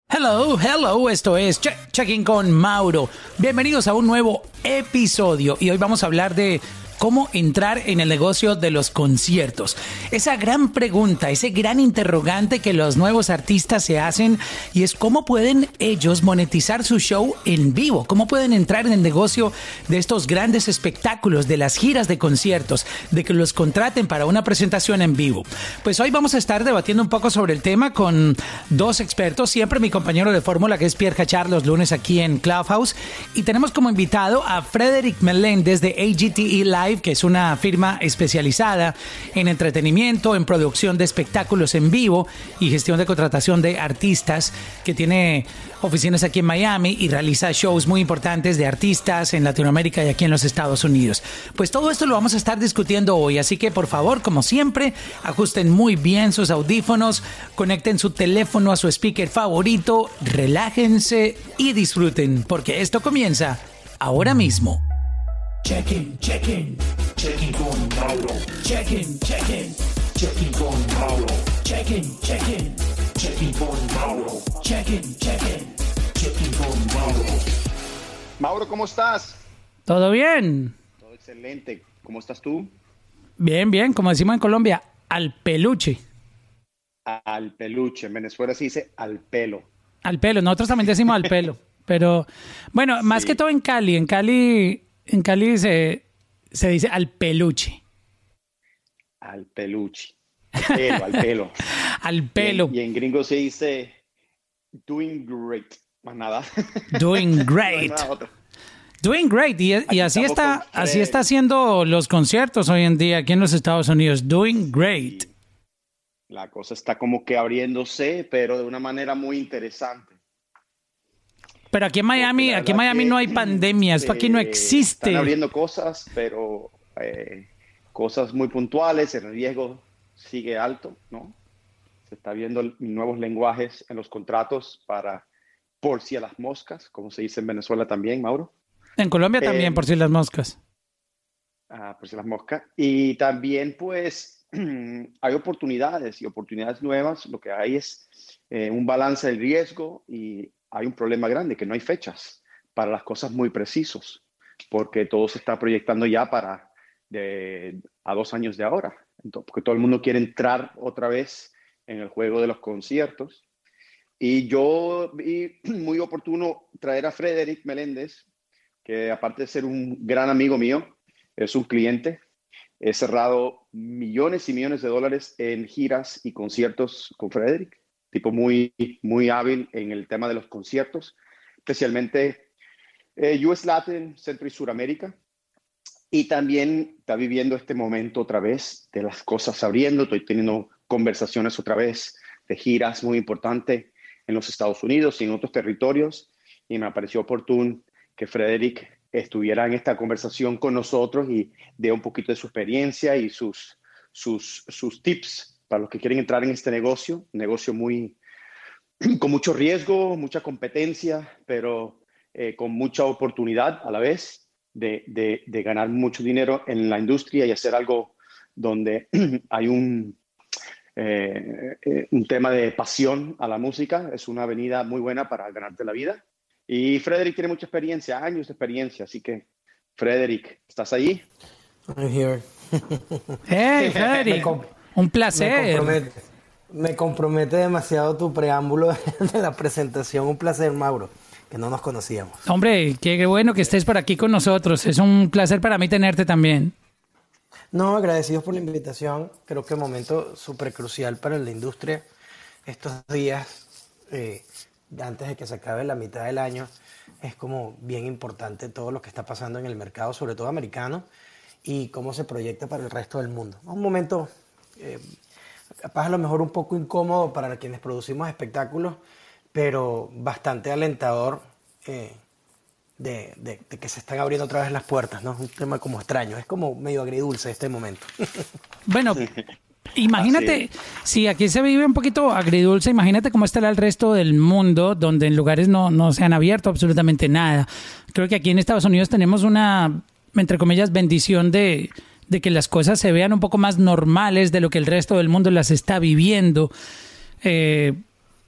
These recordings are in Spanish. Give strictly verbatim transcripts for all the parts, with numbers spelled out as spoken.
Hello, hello, esto es Che- Checking con Mauro. Bienvenidos a un nuevo episodio y hoy vamos a hablar de cómo entrar en el negocio de los conciertos. Esa gran pregunta, ese gran interrogante que los nuevos artistas se hacen y es cómo pueden ellos monetizar su show en vivo, cómo pueden entrar en el negocio de estos grandes espectáculos, de las giras de conciertos, de que los contraten para una presentación en vivo. Pues hoy vamos a estar debatiendo un poco sobre el tema con dos expertos, siempre mi compañero de fórmula que es Pierre Hachard los lunes aquí en Clubhouse, y tenemos como invitado a Frederick Meléndez de A G T E Live, que es una firma especializada en entretenimiento, en producción de espectáculos en vivo y gestión de contratación de artistas, que tiene oficinas aquí en Miami y realiza shows muy importantes de artistas en Latinoamérica y aquí en los Estados Unidos. Pues todo esto lo vamos a estar discutiendo hoy, así que por favor, como siempre, ajusten muy bien sus audífonos, conecten su teléfono a su speaker favorito, relájense y disfruten, porque esto comienza ahora mismo. Check-in, check-in, check-in con Mauro. Check-in, check-in, check-in con Mauro. Check-in, check-in, check-in con Mauro. Check-in, check-in, check-in con Mauro. Mauro, ¿cómo estás? ¿Todo bien? Todo excelente. ¿Cómo estás tú? Bien, bien, como decimos en Colombia, al peluche. Al peluche. En Venezuela se dice al pelo. Al pelo, nosotros también decimos al pelo. Pero, bueno, más Sí. que todo en Cali. En Cali, en Cali se, se dice al peluche. Al peluche. Al pelo, al pelo. Al pelo. Y en, y en gringo se dice doing great. Más nada. Doing No hay great. nada otro. Doing great. Y, y Aquí así estamos está, con Fred. así está haciendo los conciertos hoy en día aquí en los Estados Unidos. Doing great. La cosa está como que abriéndose, pero de una manera muy interesante. Pero aquí en Miami, Porque la aquí en verdad Miami que, no hay pandemia. Esto aquí no eh, existe. Están abriendo cosas, pero eh, cosas muy puntuales. El riesgo sigue alto, ¿no? Se está viendo nuevos lenguajes en los contratos para por si a las moscas, como se dice en Venezuela también, Mauro. En Colombia también, Eh, por si las moscas. Ah, por si las moscas. Y también, pues, hay oportunidades y oportunidades nuevas. Lo que hay es eh, un balance del riesgo y hay un problema grande, que no hay fechas para las cosas muy precisos, porque todo se está proyectando ya para de, a dos años de ahora. Entonces, porque todo el mundo quiere entrar otra vez en el juego de los conciertos. Y yo vi muy oportuno traer a Frederick Meléndez, que aparte de ser un gran amigo mío, es un cliente. He cerrado millones y millones de dólares en giras y conciertos con Frederick, tipo muy, muy hábil en el tema de los conciertos, especialmente eh, U S Latin, Centro y Suramérica. Y también está viviendo este momento otra vez de las cosas abriendo. Estoy teniendo conversaciones otra vez de giras muy importantes en los Estados Unidos y en otros territorios. Y me pareció oportuno que Frederick estuviera en esta conversación con nosotros y dé un poquito de su experiencia y sus, sus, sus tips para los que quieren entrar en este negocio. Un negocio muy, con mucho riesgo, mucha competencia, pero eh, con mucha oportunidad a la vez de, de, de ganar mucho dinero en la industria y hacer algo donde hay un, eh, eh, un tema de pasión a la música. Es una avenida muy buena para ganarte la vida. Y Frederick tiene mucha experiencia, años de experiencia. Así que, Frederick, ¿estás ahí? I'm here. Hey, Me Frederick, com- un Me placer. compromete, me compromete demasiado tu preámbulo de la presentación. Un placer, Mauro, que no nos conocíamos. Hombre, qué bueno que estés por aquí con nosotros. Es un placer para mí tenerte también. No, agradecidos por la invitación. Creo que un momento súper crucial para la industria. Estos días, eh, antes de que se acabe la mitad del año, es como bien importante todo lo que está pasando en el mercado, sobre todo americano, y cómo se proyecta para el resto del mundo. Un momento, eh, capaz a lo mejor un poco incómodo para quienes producimos espectáculos, pero bastante alentador eh, de, de, de que se están abriendo otra vez las puertas, ¿no? Es un tema como extraño, es como medio agridulce este momento. Bueno, imagínate, si aquí se vive un poquito agridulce, imagínate cómo estará el resto del mundo, donde en lugares no, no se han abierto absolutamente nada. Creo que aquí en Estados Unidos tenemos una, entre comillas, bendición de, de que las cosas se vean un poco más normales de lo que el resto del mundo las está viviendo. Eh,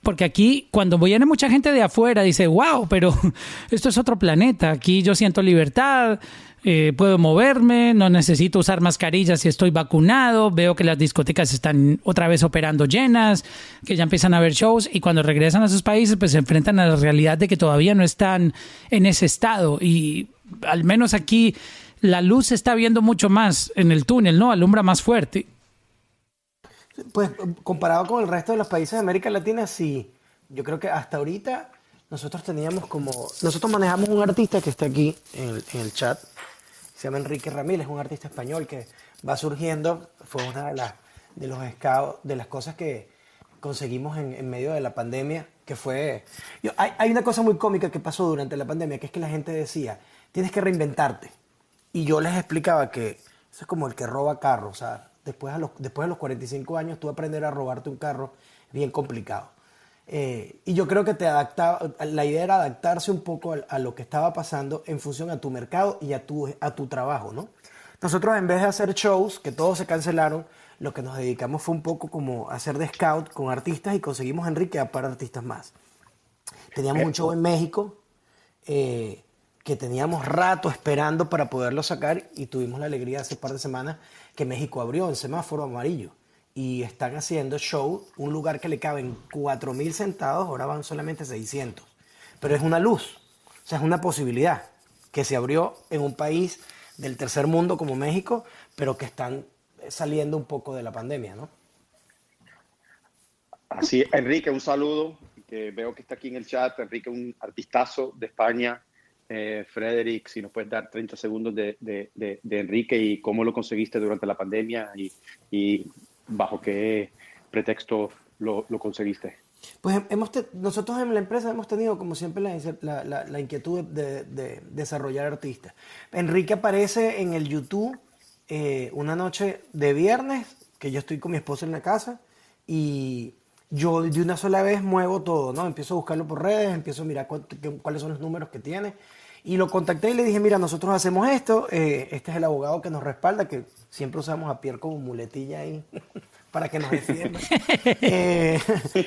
Porque aquí, cuando viene mucha gente de afuera, dice, wow, pero esto es otro planeta. Aquí yo siento libertad, eh, puedo moverme, no necesito usar mascarillas si estoy vacunado. Veo que las discotecas están otra vez operando llenas, que ya empiezan a haber shows. Y cuando regresan a sus países, pues se enfrentan a la realidad de que todavía no están en ese estado. Y al menos aquí la luz se está viendo mucho más en el túnel, ¿no? Alumbra más fuerte. Pues comparado con el resto de los países de América Latina, sí. Yo creo que hasta ahorita nosotros teníamos como... Nosotros manejamos un artista que está aquí en el, en el chat. Se llama Enrique Ramírez, es un artista español que va surgiendo. Fue una de las, de los scouts, de las cosas que conseguimos en, en medio de la pandemia, que fue... Yo, hay, hay una cosa muy cómica que pasó durante la pandemia, que es que la gente decía, tienes que reinventarte. Y yo les explicaba que eso es como el que roba carro, o sea... Después, a los, después de los cuarenta y cinco años, tú aprender a robarte un carro es bien complicado. Eh, y yo creo que te adaptaba, la idea era adaptarse un poco a, a lo que estaba pasando en función a tu mercado y a tu, a tu trabajo, ¿no? Nosotros, en vez de hacer shows, que todos se cancelaron, lo que nos dedicamos fue un poco como a hacer de scout con artistas y conseguimos a Enrique a par de artistas más. Teníamos un show en México eh, que teníamos rato esperando para poderlo sacar y tuvimos la alegría hace un par de semanas que México abrió en semáforo amarillo y están haciendo show, un lugar que le caben cuatro mil sentados, ahora van solamente seiscientos. Pero es una luz, o sea, es una posibilidad que se abrió en un país del tercer mundo como México, pero que están saliendo un poco de la pandemia, ¿no? Así, Enrique, un saludo, que veo que está aquí en el chat. Enrique, un artistazo de España. Eh, Frederick, si nos puedes dar treinta segundos de, de, de, de Enrique y cómo lo conseguiste durante la pandemia y, y bajo qué pretexto lo, lo conseguiste. Pues hemos te, nosotros en la empresa hemos tenido, como siempre, la, la, la, la inquietud de, de, de desarrollar artistas. Enrique aparece en el YouTube eh, una noche de viernes, que yo estoy con mi esposa en la casa, y yo de una sola vez muevo todo, ¿no? Empiezo a buscarlo por redes, empiezo a mirar cu cuáles son los números que tiene. Y lo contacté y le dije, mira, nosotros hacemos esto, eh, este es el abogado que nos respalda, que siempre usamos a Pierre como muletilla ahí para que nos defienda. eh,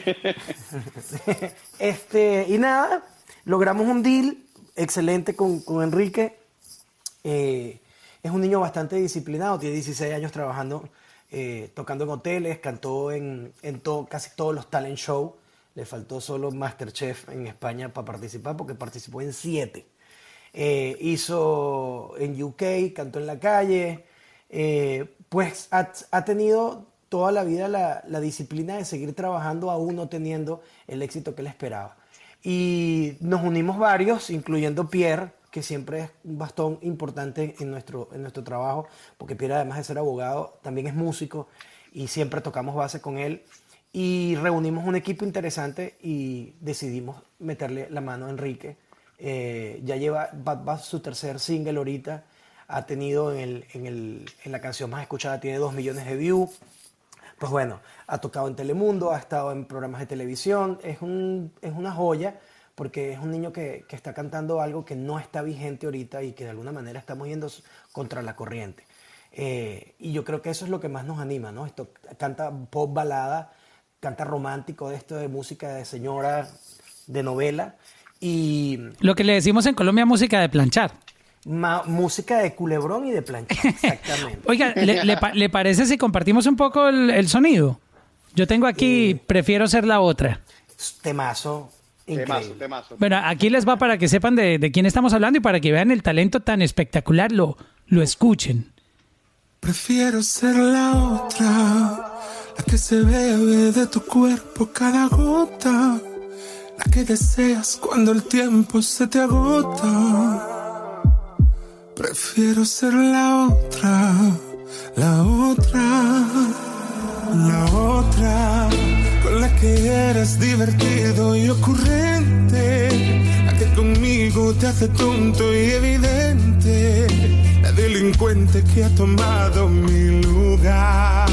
este, y nada, logramos un deal excelente con, con Enrique. Eh, es un niño bastante disciplinado, tiene dieciséis años trabajando, eh, tocando en hoteles, cantó en, en todo, casi todos los talent shows. Le faltó solo Masterchef en España para participar, porque participó en siete. Eh, hizo en U K, cantó en la calle, eh, pues ha, ha tenido toda la vida la, la disciplina de seguir trabajando aún no teniendo el éxito que él esperaba. Y nos unimos varios, incluyendo Pierre, que siempre es un bastón importante en nuestro, en nuestro trabajo, porque Pierre, además de ser abogado, también es músico y siempre tocamos base con él. Y reunimos un equipo interesante y decidimos meterle la mano a Enrique. Eh, ya lleva va, va su tercer single ahorita, ha tenido en, el, en, el, en la canción más escuchada, tiene dos millones de views. Pues bueno, ha tocado en Telemundo, ha estado en programas de televisión, es, un, es una joya porque es un niño que, que está cantando algo que no está vigente ahorita y que de alguna manera estamos yendo contra la corriente. Eh, y yo creo que eso es lo que más nos anima, ¿no? Esto, canta pop balada, canta romántico, de esto de música de señora, de novela. Y lo que le decimos en Colombia, música de planchar. Ma, música de culebrón y de planchar, exactamente. Oiga, ¿le, le, ¿le parece si compartimos un poco el, el sonido? Yo tengo aquí, eh, prefiero ser la otra. Temazo, increíble. Temazo, temazo. Bueno, aquí les va para que sepan de, de quién estamos hablando y para que vean el talento tan espectacular, lo, lo escuchen. Prefiero ser la otra, la que se bebe de tu cuerpo cada gota, la que deseas cuando el tiempo se te agota. Prefiero ser la otra, la otra, la otra, con la que eres divertido y ocurrente, la que conmigo te hace tonto y evidente, la delincuente que ha tomado mi lugar,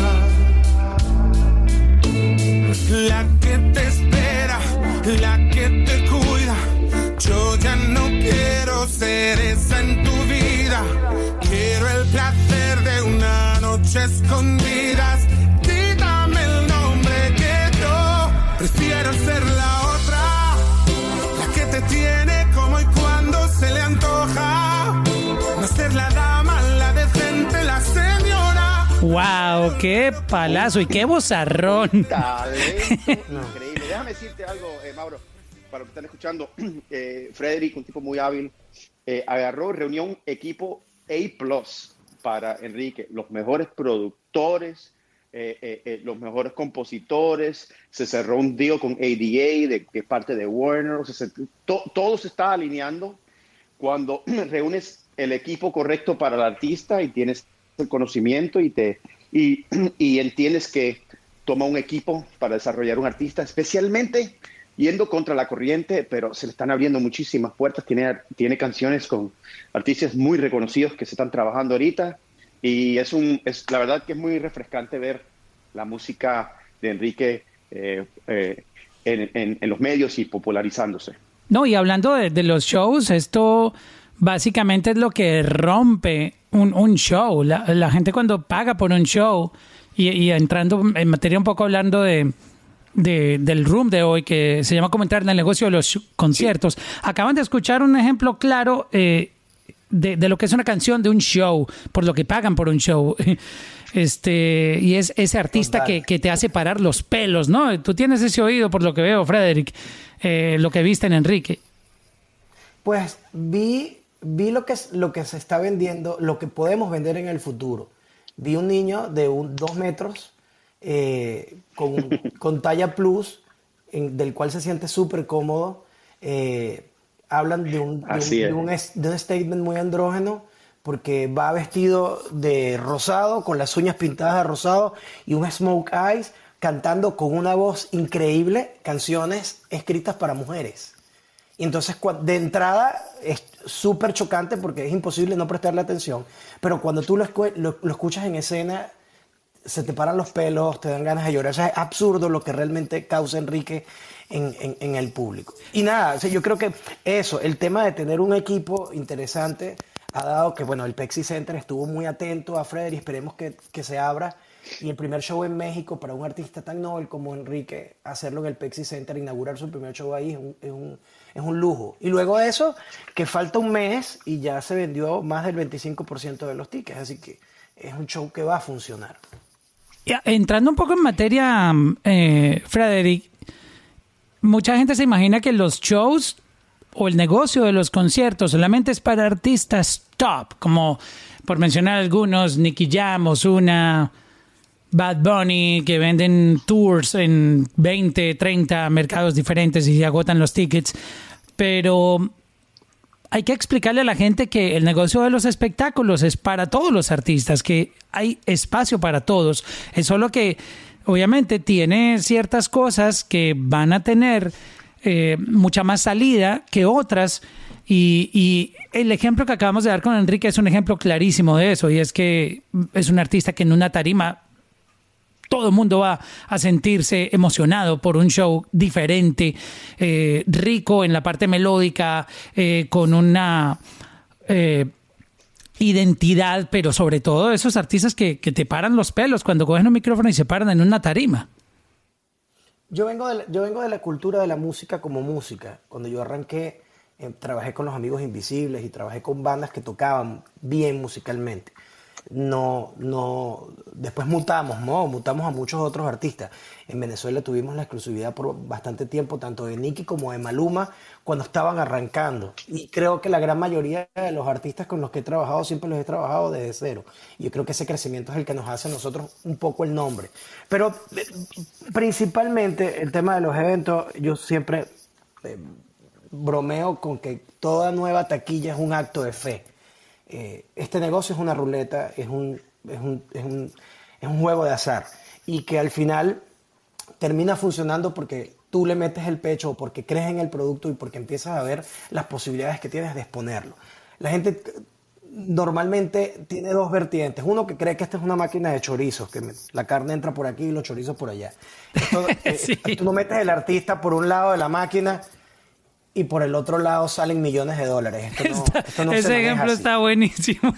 la que te espera, la que te cuida. Yo ya no quiero ser esa en tu vida, quiero el placer de una noche escondidas. Quítame el nombre que yo prefiero ser la ¡Wow! ¡Qué palazo! ¡Y qué vozarrón! Talento increíble. Déjame decirte algo, eh, Mauro, para los que están escuchando. Eh, Frederick, un tipo muy hábil, eh, agarró, reunió un equipo A plus para Enrique, los mejores productores, eh, eh, eh, los mejores compositores. Se cerró un deal con A D A, de, que es parte de Warner. O sea, se, to, todo se está alineando cuando reúnes el equipo correcto para el artista y tienes el conocimiento y, te, y, y entiendes que toma un equipo para desarrollar un artista, especialmente yendo contra la corriente, pero se le están abriendo muchísimas puertas. Tiene, tiene canciones con artistas muy reconocidos que se están trabajando ahorita, y es un, es, la verdad que es muy refrescante ver la música de Enrique eh, eh, en, en, en los medios y popularizándose. No, y hablando de, de los shows, esto básicamente es lo que rompe un, un show. La, la gente cuando paga por un show, y, y entrando en materia un poco hablando de, de del room de hoy, que se llama Cómo entrar en el negocio de los conciertos, sí. Acaban de escuchar un ejemplo claro eh, de, de lo que es una canción de un show, por lo que pagan por un show. Este, y es ese artista que, que te hace parar los pelos, ¿no? Tú tienes ese oído, por lo que veo, Frederick, eh, lo que viste en Enrique. Pues vi, vi lo que, lo que se está vendiendo, lo que podemos vender en el futuro. Vi un niño de un, dos metros eh, con, con talla plus, en, del cual se siente súper cómodo. Eh, hablan de un, de, un, de, un, de un statement muy andrógeno, porque va vestido de rosado, con las uñas pintadas de rosado y un smoke eyes, cantando con una voz increíble canciones escritas para mujeres. Y entonces, de entrada, es súper chocante porque es imposible no prestarle atención. Pero cuando tú lo, lo, lo escuchas en escena, se te paran los pelos, te dan ganas de llorar. O sea, es absurdo lo que realmente causa Enrique en, en, en el público. Y nada, o sea, yo creo que eso, el tema de tener un equipo interesante, ha dado que, bueno, el Pepsi Center estuvo muy atento a Fred y esperemos que, que se abra. Y el primer show en México para un artista tan noble como Enrique, hacerlo en el Pepsi Center, inaugurar su primer show ahí, es un, es un, es un lujo. Y luego de eso, que falta un mes y ya se vendió más del veinticinco por ciento de los tickets, así que es un show que va a funcionar. Ya, entrando un poco en materia, eh, Frederick, mucha gente se imagina que los shows o el negocio de los conciertos solamente es para artistas top, como por mencionar algunos, Nicky Jam, Ozuna, Bad Bunny, que venden tours en veinte, treinta mercados diferentes y se agotan los tickets. Pero hay que explicarle a la gente que el negocio de los espectáculos es para todos los artistas, que hay espacio para todos. Es solo que obviamente tiene ciertas cosas que van a tener eh, mucha más salida que otras. Y, y el ejemplo que acabamos de dar con Enrique es un ejemplo clarísimo de eso, y es que es un artista que en una tarima todo el mundo va a sentirse emocionado por un show diferente, eh, rico en la parte melódica, eh, con una eh, identidad, pero sobre todo esos artistas que, que te paran los pelos cuando cogen un micrófono y se paran en una tarima. Yo vengo de la, yo vengo de la cultura de la música como música. Cuando yo arranqué, eh, trabajé con los Amigos Invisibles y trabajé con bandas que tocaban bien musicalmente. No, no, después mutamos, ¿no? Mutamos a muchos otros artistas. En Venezuela tuvimos la exclusividad por bastante tiempo, tanto de Nicky como de Maluma, cuando estaban arrancando. Y creo que la gran mayoría de los artistas con los que he trabajado, siempre los he trabajado desde cero. Y yo creo que ese crecimiento es el que nos hace a nosotros un poco el nombre. Pero eh, principalmente el tema de los eventos, yo siempre eh, bromeo con que toda nueva taquilla es un acto de fe. Eh, este negocio es una ruleta, es un, es, un, es, un, es un juego de azar, y que al final termina funcionando porque tú le metes el pecho, porque crees en el producto y porque empiezas a ver las posibilidades que tienes de exponerlo. La gente normalmente tiene dos vertientes. Uno que cree que esta es una máquina de chorizos, que la carne entra por aquí y los chorizos por allá. Esto, sí. eh, tú no metes el artista por un lado de la máquina y por el otro lado salen millones de dólares. Esto no, está, esto no ese se ejemplo así. Está buenísimo.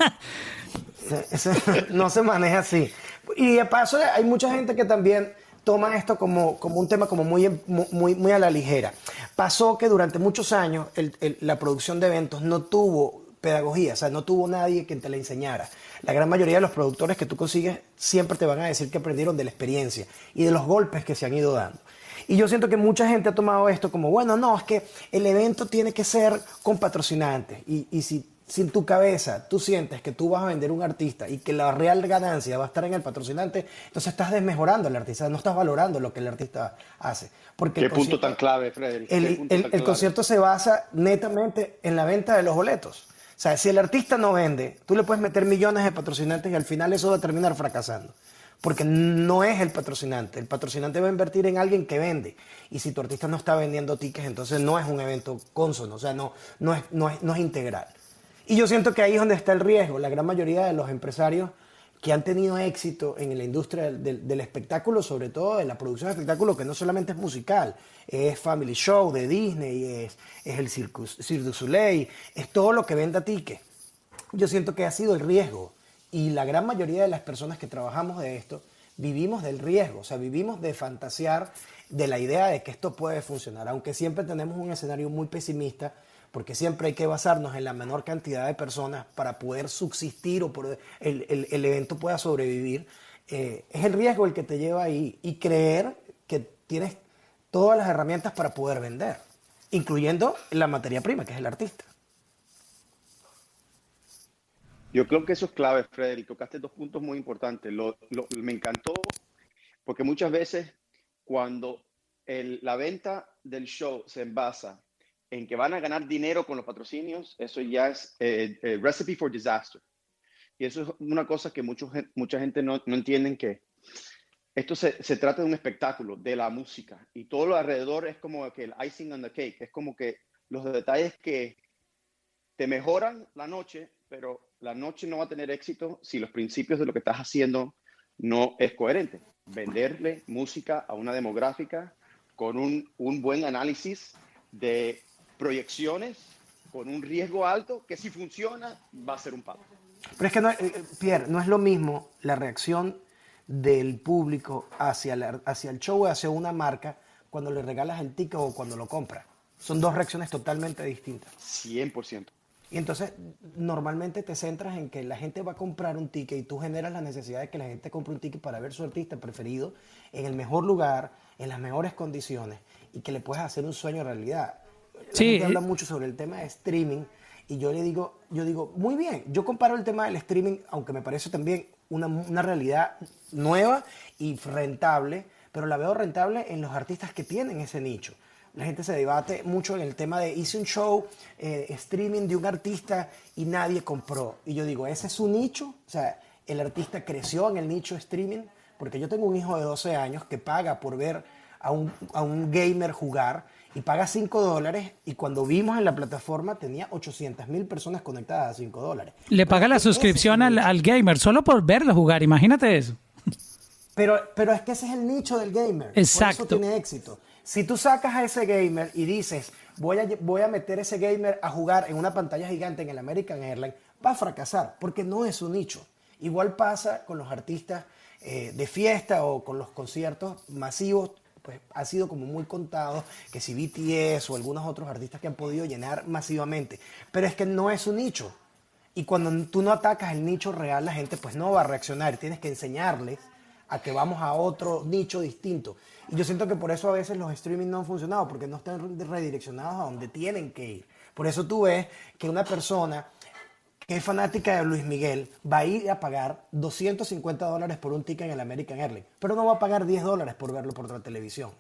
Ese, no se maneja así. Y de paso hay mucha gente que también toma esto como, como un tema como muy, muy, muy a la ligera. Pasó que durante muchos años el, el, la producción de eventos no tuvo pedagogía, o sea, no tuvo nadie quien te la enseñara. La gran mayoría de los productores que tú consigues siempre te van a decir que aprendieron de la experiencia y de los golpes que se han ido dando. Y yo siento que mucha gente ha tomado esto como, bueno, no, es que el evento tiene que ser con patrocinantes. Y, y si, si en tu cabeza tú sientes que tú vas a vender un artista y que la real ganancia va a estar en el patrocinante, entonces estás desmejorando al artista, no estás valorando lo que el artista hace. Porque ¿Qué punto tan clave, Frederick? El, el, el, el concierto se basa netamente en la venta de los boletos. O sea, si el artista no vende, tú le puedes meter millones de patrocinantes y al final eso va a terminar fracasando. Porque no es el patrocinante. El patrocinante va a invertir en alguien que vende. Y si tu artista no está vendiendo tickets, entonces no es un evento consono. O sea, no, no, es, no, es, no es integral. Y yo siento que ahí es donde está el riesgo. La gran mayoría de los empresarios que han tenido éxito en la industria del, del, del espectáculo, sobre todo de la producción de espectáculo, que no solamente es musical, es Family Show de Disney, es, es el Circus, Cirque du Soleil, es todo lo que venda tickets. Yo siento que ha sido el riesgo. Y la gran mayoría de las personas que trabajamos de esto vivimos del riesgo, o sea, vivimos de fantasear de la idea de que esto puede funcionar, aunque siempre tenemos un escenario muy pesimista, porque siempre hay que basarnos en la menor cantidad de personas para poder subsistir o por el, el, el evento pueda sobrevivir. Eh, es el riesgo el que te lleva ahí y creer que tienes todas las herramientas para poder vender, incluyendo la materia prima, que es el artista. Yo creo que eso es clave, Frederick. Tocaste dos puntos muy importantes. Lo, lo, me encantó porque muchas veces cuando el, la venta del show se envasa en que van a ganar dinero con los patrocinios, eso ya es eh, eh, recipe for disaster. Y eso es una cosa que mucho, mucha gente no, no entiende, que esto se, se trata de un espectáculo, de la música. Y todo lo alrededor es como que el icing on the cake. Es como que los detalles que te mejoran la noche, pero la noche no va a tener éxito si los principios de lo que estás haciendo no es coherente. Venderle música a una demográfica con un, un buen análisis de proyecciones, con un riesgo alto, que si funciona va a ser un palo. Pero es que, no, eh, Pierre, no es lo mismo la reacción del público hacia, la, hacia el show o hacia una marca cuando le regalas el ticket o cuando lo compras. Son dos reacciones totalmente distintas. cien por ciento. Y entonces, normalmente te centras en que la gente va a comprar un ticket y tú generas la necesidad de que la gente compre un ticket para ver su artista preferido en el mejor lugar, en las mejores condiciones y que le puedas hacer un sueño realidad. La sí. gente habla mucho sobre el tema de streaming y yo le digo, yo digo, muy bien, yo comparo el tema del streaming, aunque me parece también una, una realidad nueva y rentable, pero la veo rentable en los artistas que tienen ese nicho. La gente se debate mucho en el tema de hice un show, eh, streaming de un artista y nadie compró. Y yo digo, ¿ese es su nicho? O sea, el artista creció en el nicho streaming, porque yo tengo un hijo de doce años que paga por ver a un, a un gamer jugar y paga cinco dólares y cuando vimos en la plataforma tenía ochocientas mil personas conectadas a cinco dólares. Le paga la suscripción al, al gamer solo por verlo jugar, imagínate eso. Pero, pero es que ese es el nicho del gamer. Exacto. Por eso tiene éxito. Si tú sacas a ese gamer y dices, voy a, voy a meter ese gamer a jugar en una pantalla gigante en el American Airlines, va a fracasar porque no es su nicho. Igual pasa con los artistas eh, de fiesta o con los conciertos masivos, pues ha sido como muy contado que si B T S o algunos otros artistas que han podido llenar masivamente, pero es que no es su nicho. Y cuando tú no atacas el nicho real, la gente pues no va a reaccionar. Tienes que enseñarles a que vamos a otro nicho distinto. Y yo siento que por eso a veces los streaming no han funcionado, porque no están redireccionados a donde tienen que ir. Por eso tú ves que una persona que es fanática de Luis Miguel va a ir a pagar doscientos cincuenta dólares por un ticket en el American Airlines, pero no va a pagar diez dólares por verlo por la televisión.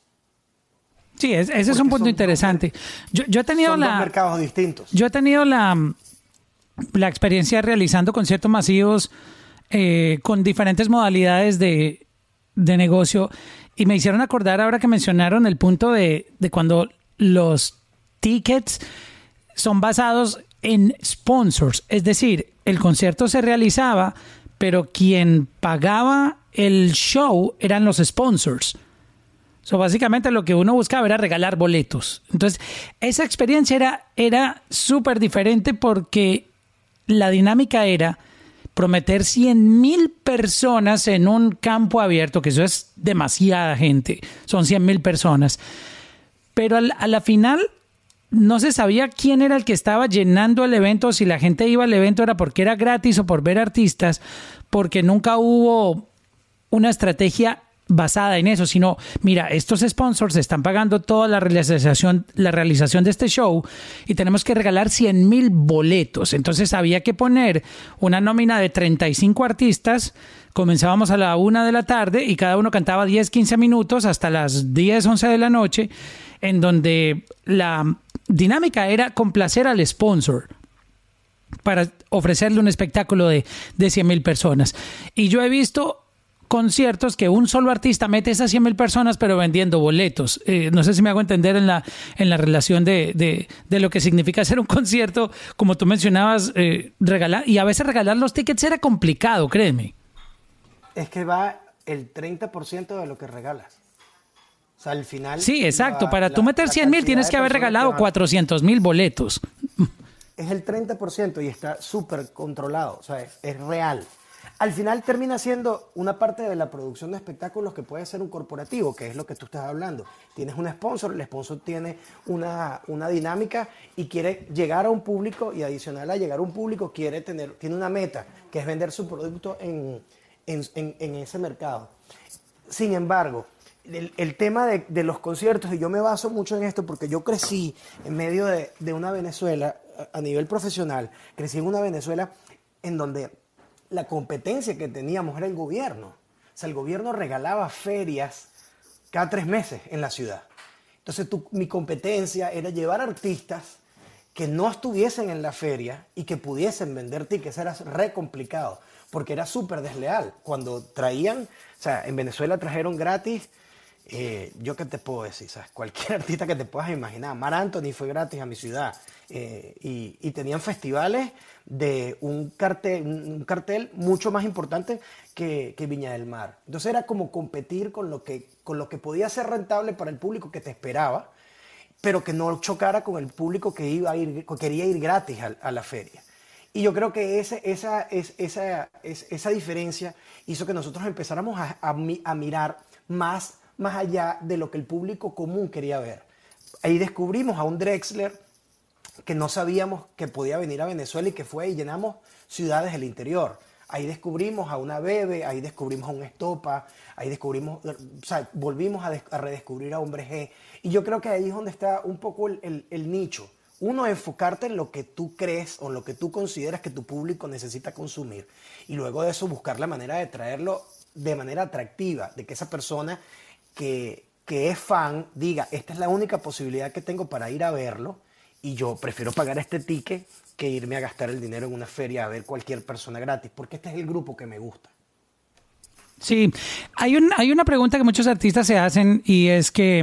Sí, es, ese es un punto interesante. Yo, yo he tenido son la, dos mercados distintos. Yo he tenido la, la experiencia realizando conciertos masivos eh, con diferentes modalidades de, de negocio y me hicieron acordar ahora que mencionaron el punto de, de cuando los tickets son basados en sponsors, es decir, el concierto se realizaba, pero quien pagaba el show eran los sponsors. So, básicamente lo que uno buscaba era regalar boletos. Entonces, esa experiencia era, era súper diferente porque la dinámica era prometer cien mil personas en un campo abierto, que eso es demasiada gente, son cien mil personas. Pero a la, a la final, no se sabía quién era el que estaba llenando el evento, si la gente iba al evento era porque era gratis o por ver artistas, porque nunca hubo una estrategia basada en eso, sino, mira, estos sponsors están pagando toda la realización, la realización de este show y tenemos que regalar cien mil boletos. Entonces había que poner una nómina de treinta y cinco artistas. Comenzábamos a la una de la tarde y cada uno cantaba diez, quince minutos hasta las diez, once de la noche, en donde la dinámica era complacer al sponsor para ofrecerle un espectáculo de, de cien mil personas. Y yo he visto conciertos que un solo artista mete esas cien mil personas pero vendiendo boletos. Eh, no sé si me hago entender en la, en la relación de, de, de lo que significa hacer un concierto, como tú mencionabas, eh, regalar, y a veces regalar los tickets era complicado, créeme. Es que va el treinta por ciento de lo que regalas. O sea, al final... Sí, exacto. La, Para la, tú meter cien mil tienes que haber regalado cuatrocientos mil boletos. Es el treinta por ciento y está súper controlado. O sea, es, es real. Al final termina siendo una parte de la producción de espectáculos que puede ser un corporativo, que es lo que tú estás hablando. Tienes un sponsor, el sponsor tiene una, una dinámica y quiere llegar a un público, y adicional a llegar a un público quiere tener, tiene una meta, que es vender su producto en, en, en, en ese mercado. Sin embargo, el, el tema de, de los conciertos, y yo me baso mucho en esto porque yo crecí en medio de, de una Venezuela, a, a nivel profesional, crecí en una Venezuela en donde la competencia que teníamos era el gobierno. O sea, el gobierno regalaba ferias cada tres meses en la ciudad. Entonces, tu, mi competencia era llevar artistas que no estuviesen en la feria y que pudiesen vender tickets. Era re complicado, porque era súper desleal. Cuando traían, o sea, en Venezuela trajeron gratis, eh, yo qué te puedo decir, ¿sabes? Cualquier artista que te puedas imaginar. Mar Anthony fue gratis a mi ciudad. Eh, y, y tenían festivales de un cartel, un cartel mucho más importante que, que Viña del Mar. Entonces era como competir con lo, que, con lo que podía ser rentable para el público que te esperaba, pero que no chocara con el público que iba a ir, que quería ir gratis a, a la feria. Y yo creo que ese, esa, es, esa, es, esa diferencia hizo que nosotros empezáramos a, a, a mirar más, más allá de lo que el público común quería ver. Ahí descubrimos a un Drexler que no sabíamos que podía venir a Venezuela y que fue y llenamos ciudades del interior. Ahí descubrimos a una Bebe, ahí descubrimos a un Estopa, ahí descubrimos, o sea, volvimos a, des, a redescubrir a Hombre G. Y yo creo que ahí es donde está un poco el, el, el nicho. Uno, enfocarte en lo que tú crees o en lo que tú consideras que tu público necesita consumir. Y luego de eso buscar la manera de traerlo de manera atractiva, de que esa persona que, que es fan diga, esta es la única posibilidad que tengo para ir a verlo, y yo prefiero pagar este ticket que irme a gastar el dinero en una feria a ver cualquier persona gratis, porque este es el grupo que me gusta. Sí, hay, un, hay una pregunta que muchos artistas se hacen y es que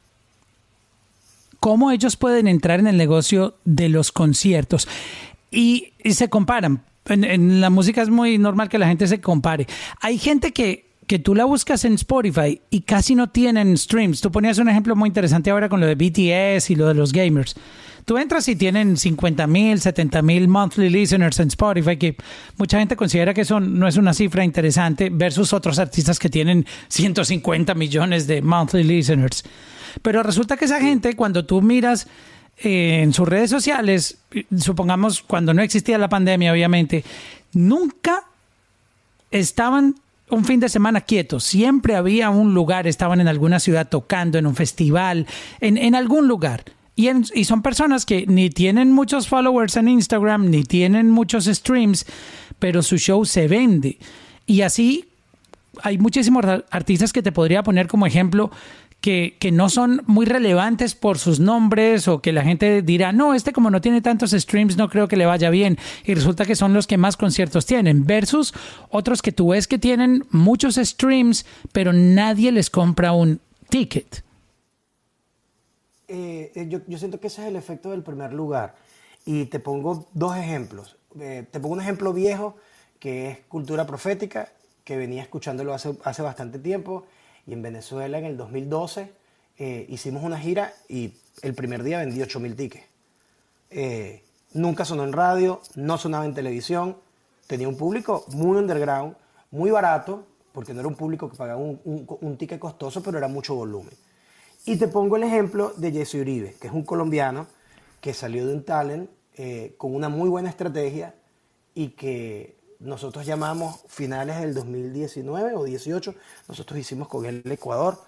¿cómo ellos pueden entrar en el negocio de los conciertos? Y, y se comparan. En, en la música es muy normal que la gente se compare. Hay gente que que tú la buscas en Spotify y casi no tienen streams. Tú ponías un ejemplo muy interesante ahora con lo de B T S y lo de los gamers. Tú entras y tienen cincuenta mil, setenta mil monthly listeners en Spotify, que mucha gente considera que eso no es una cifra interesante versus otros artistas que tienen ciento cincuenta millones de monthly listeners. Pero resulta que esa gente, cuando tú miras eh, en sus redes sociales, supongamos cuando no existía la pandemia, obviamente, nunca estaban un fin de semana quietos. Siempre había un lugar, estaban en alguna ciudad tocando, en un festival, en, en algún lugar. Y, en, y son personas que ni tienen muchos followers en Instagram, ni tienen muchos streams, pero su show se vende. Y así hay muchísimos artistas que te podría poner como ejemplo que, que no son muy relevantes por sus nombres, o que la gente dirá, no, este como no tiene tantos streams no creo que le vaya bien, y resulta que son los que más conciertos tienen, versus otros que tú ves que tienen muchos streams pero nadie les compra un ticket. Eh, yo, yo siento que ese es el efecto del primer lugar, y te pongo dos ejemplos. Eh, te pongo un ejemplo viejo que es Cultura Profética, que venía escuchándolo hace, hace bastante tiempo. Y en Venezuela en el dos mil doce eh, hicimos una gira y el primer día vendí ocho mil tickets. Eh, nunca sonó en radio, no sonaba en televisión. Tenía un público muy underground, muy barato, porque no era un público que pagaba un, un, un ticket costoso, pero era mucho volumen. Y te pongo el ejemplo de Jesse Uribe, que es un colombiano que salió de un talent eh, con una muy buena estrategia y que nosotros llamamos finales del dos mil diecinueve o dieciocho, nosotros hicimos con él el Ecuador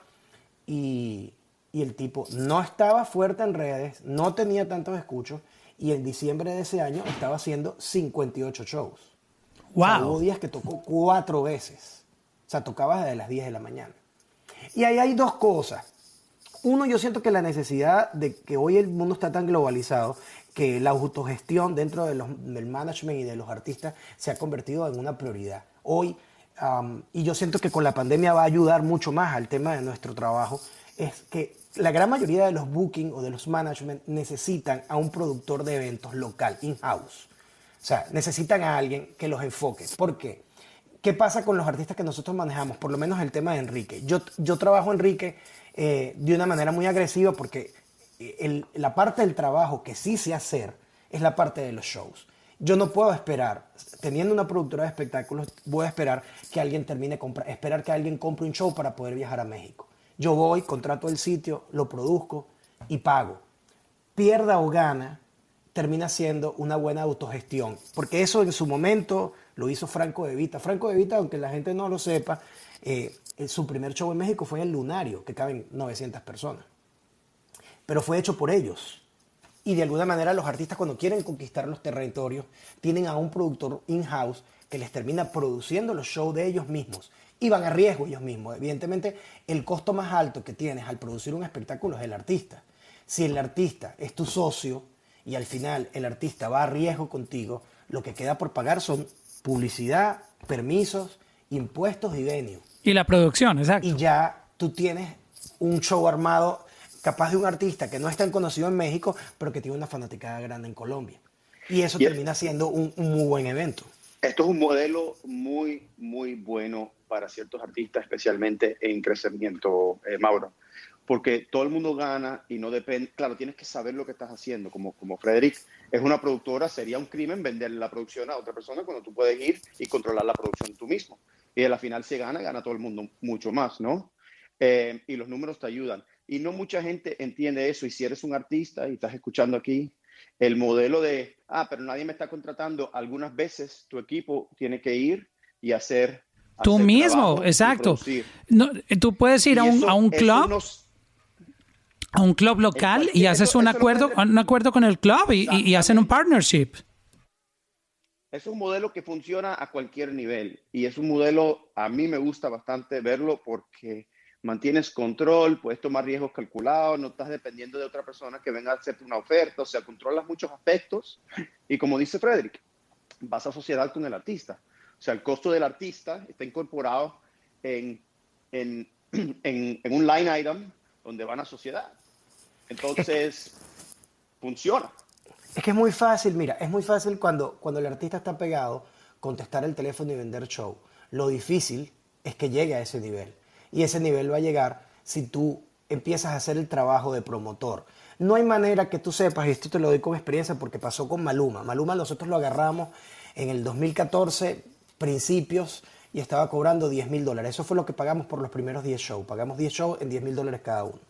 y, y el tipo no estaba fuerte en redes, no tenía tantos escuchos y en diciembre de ese año estaba haciendo cincuenta y ocho shows. Wow. O sea, hubo días que tocó cuatro veces. O sea, tocaba desde las diez de la mañana. Y ahí hay dos cosas. Uno, yo siento que la necesidad de que hoy el mundo está tan globalizado que la autogestión dentro de los, del management y de los artistas se ha convertido en una prioridad. Hoy, um, y yo siento que con la pandemia va a ayudar mucho más al tema de nuestro trabajo, es que la gran mayoría de los booking o de los management necesitan a un productor de eventos local, in-house. O sea, necesitan a alguien que los enfoque. ¿Por qué? ¿Qué pasa con los artistas que nosotros manejamos? Por lo menos el tema de Enrique. Yo, yo trabajo Enrique eh, de una manera muy agresiva porque el, la parte del trabajo que sí sé hacer es la parte de los shows. Yo no puedo esperar, teniendo una productora de espectáculos, voy a esperar que alguien termine compra, esperar que alguien compre un show para poder viajar a México. Yo voy, contrato el sitio, lo produzco y pago. Pierda o gana, termina siendo una buena autogestión. Porque eso en su momento lo hizo Franco De Vita. Franco De Vita, aunque la gente no lo sepa, eh, su primer show en México fue en el Lunario, que caben novecientas personas. Pero fue hecho por ellos. Y de alguna manera los artistas cuando quieren conquistar los territorios tienen a un productor in-house que les termina produciendo los shows de ellos mismos. Y van a riesgo ellos mismos. Evidentemente, el costo más alto que tienes al producir un espectáculo es el artista. Si el artista es tu socio y al final el artista va a riesgo contigo, lo que queda por pagar son publicidad, permisos, impuestos y venue. Y la producción, exacto. Y ya tú tienes un show armado capaz de un artista que no es tan conocido en México, pero que tiene una fanaticada grande en Colombia. Y eso y termina siendo un, un muy buen evento. Esto es un modelo muy, muy bueno para ciertos artistas, especialmente en crecimiento, eh, Mauro. Porque todo el mundo gana y no depende... Claro, tienes que saber lo que estás haciendo. Como, como Frederick es una productora, sería un crimen venderle la producción a otra persona cuando tú puedes ir y controlar la producción tú mismo. Y a la final se gana, gana todo el mundo mucho más, ¿no? Eh, y los números te ayudan. Y no mucha gente entiende eso. Y si eres un artista y estás escuchando aquí, el modelo de, ah, pero nadie me está contratando, algunas veces tu equipo tiene que ir y hacer... Tú hacer mismo, exacto. No, tú puedes ir a un, eso, a un club, nos, a un club local cualquier, y haces eso, un, eso acuerdo, no un acuerdo con el club y, y, y hacen un partnership. Es un modelo que funciona a cualquier nivel y es un modelo, a mí me gusta bastante verlo porque mantienes control, puedes tomar riesgos calculados, no estás dependiendo de otra persona que venga a hacerte una oferta, o sea, controlas muchos aspectos y como dice Frederick, vas a sociedad con el artista. O sea, el costo del artista está incorporado en, en, en, en un line item donde van a sociedad. Entonces, funciona. Es que es muy fácil, mira, es muy fácil cuando, cuando el artista está pegado, contestar el teléfono y vender show. Lo difícil es que llegue a ese nivel. Y ese nivel va a llegar si tú empiezas a hacer el trabajo de promotor. No hay manera que tú sepas, y esto te lo doy con experiencia porque pasó con Maluma. Maluma nosotros lo agarramos en el dos mil catorce, principios, y estaba cobrando diez mil dólares. Eso fue lo que pagamos por los primeros diez shows. Pagamos diez shows en diez mil dólares cada uno.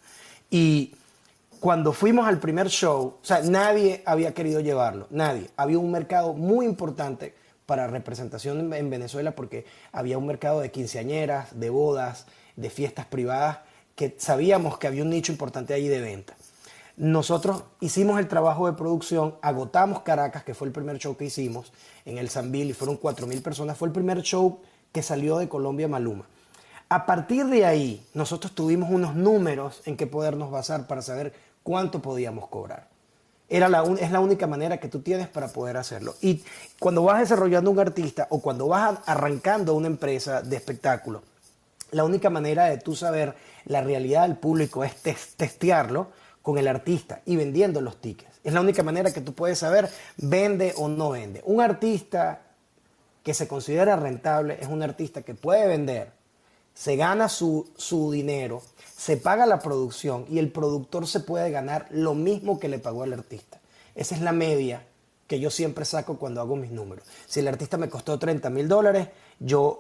Y cuando fuimos al primer show, o sea, nadie había querido llevarlo, nadie. Había un mercado muy importante para representación en Venezuela porque había un mercado de quinceañeras, de bodas, de fiestas privadas, que sabíamos que había un nicho importante ahí de venta. Nosotros hicimos el trabajo de producción, agotamos Caracas, que fue el primer show que hicimos, en el Sambil, y fueron cuatro mil personas. Fue el primer show que salió de Colombia Maluma. A partir de ahí, nosotros tuvimos unos números en que podernos basar para saber cuánto podíamos cobrar. Era la un, es la única manera que tú tienes para poder hacerlo. Y cuando vas desarrollando un artista o cuando vas arrancando una empresa de espectáculo, la única manera de tú saber la realidad del público es tes- testearlo con el artista y vendiendo los tickets. Es la única manera que tú puedes saber vende o no vende. Un artista que se considera rentable es un artista que puede vender, se gana su, su dinero, se paga la producción y el productor se puede ganar lo mismo que le pagó al artista. Esa es la media que yo siempre saco cuando hago mis números. Si el artista me costó treinta mil dólares, yo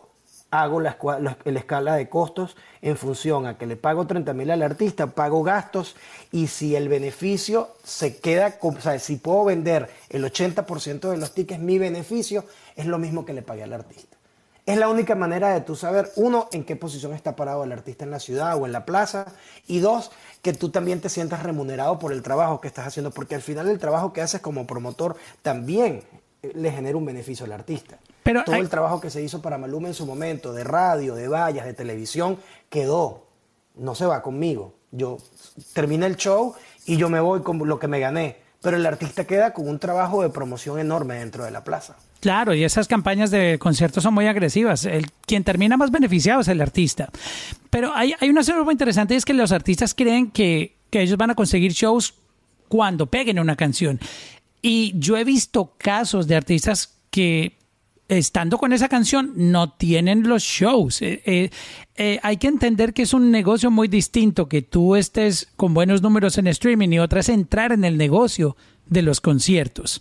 hago la, escua- la- la escala de costos en función a que le pago treinta mil al artista, pago gastos, y si el beneficio se queda, con- o sea, si puedo vender el ochenta por ciento de los tickets, mi beneficio es lo mismo que le pagué al artista. Es la única manera de tú saber, uno, en qué posición está parado el artista en la ciudad o en la plaza, y dos, que tú también te sientas remunerado por el trabajo que estás haciendo, porque al final el trabajo que haces como promotor también eh, le genera un beneficio al artista. Pero Todo hay- el trabajo que se hizo para Maluma en su momento, de radio, de vallas, de televisión, quedó. No se va conmigo. Yo termina el show y yo me voy con lo que me gané, pero el artista queda con un trabajo de promoción enorme dentro de la plaza. Claro, y esas campañas de conciertos son muy agresivas. El, quien termina más beneficiado es el artista. Pero hay, hay una cosa muy interesante, es que los artistas creen que, que ellos van a conseguir shows cuando peguen una canción. Y yo he visto casos de artistas que, estando con esa canción, no tienen los shows. Eh, eh, eh, hay que entender que es un negocio muy distinto, que tú estés con buenos números en streaming, y otra es entrar en el negocio de los conciertos.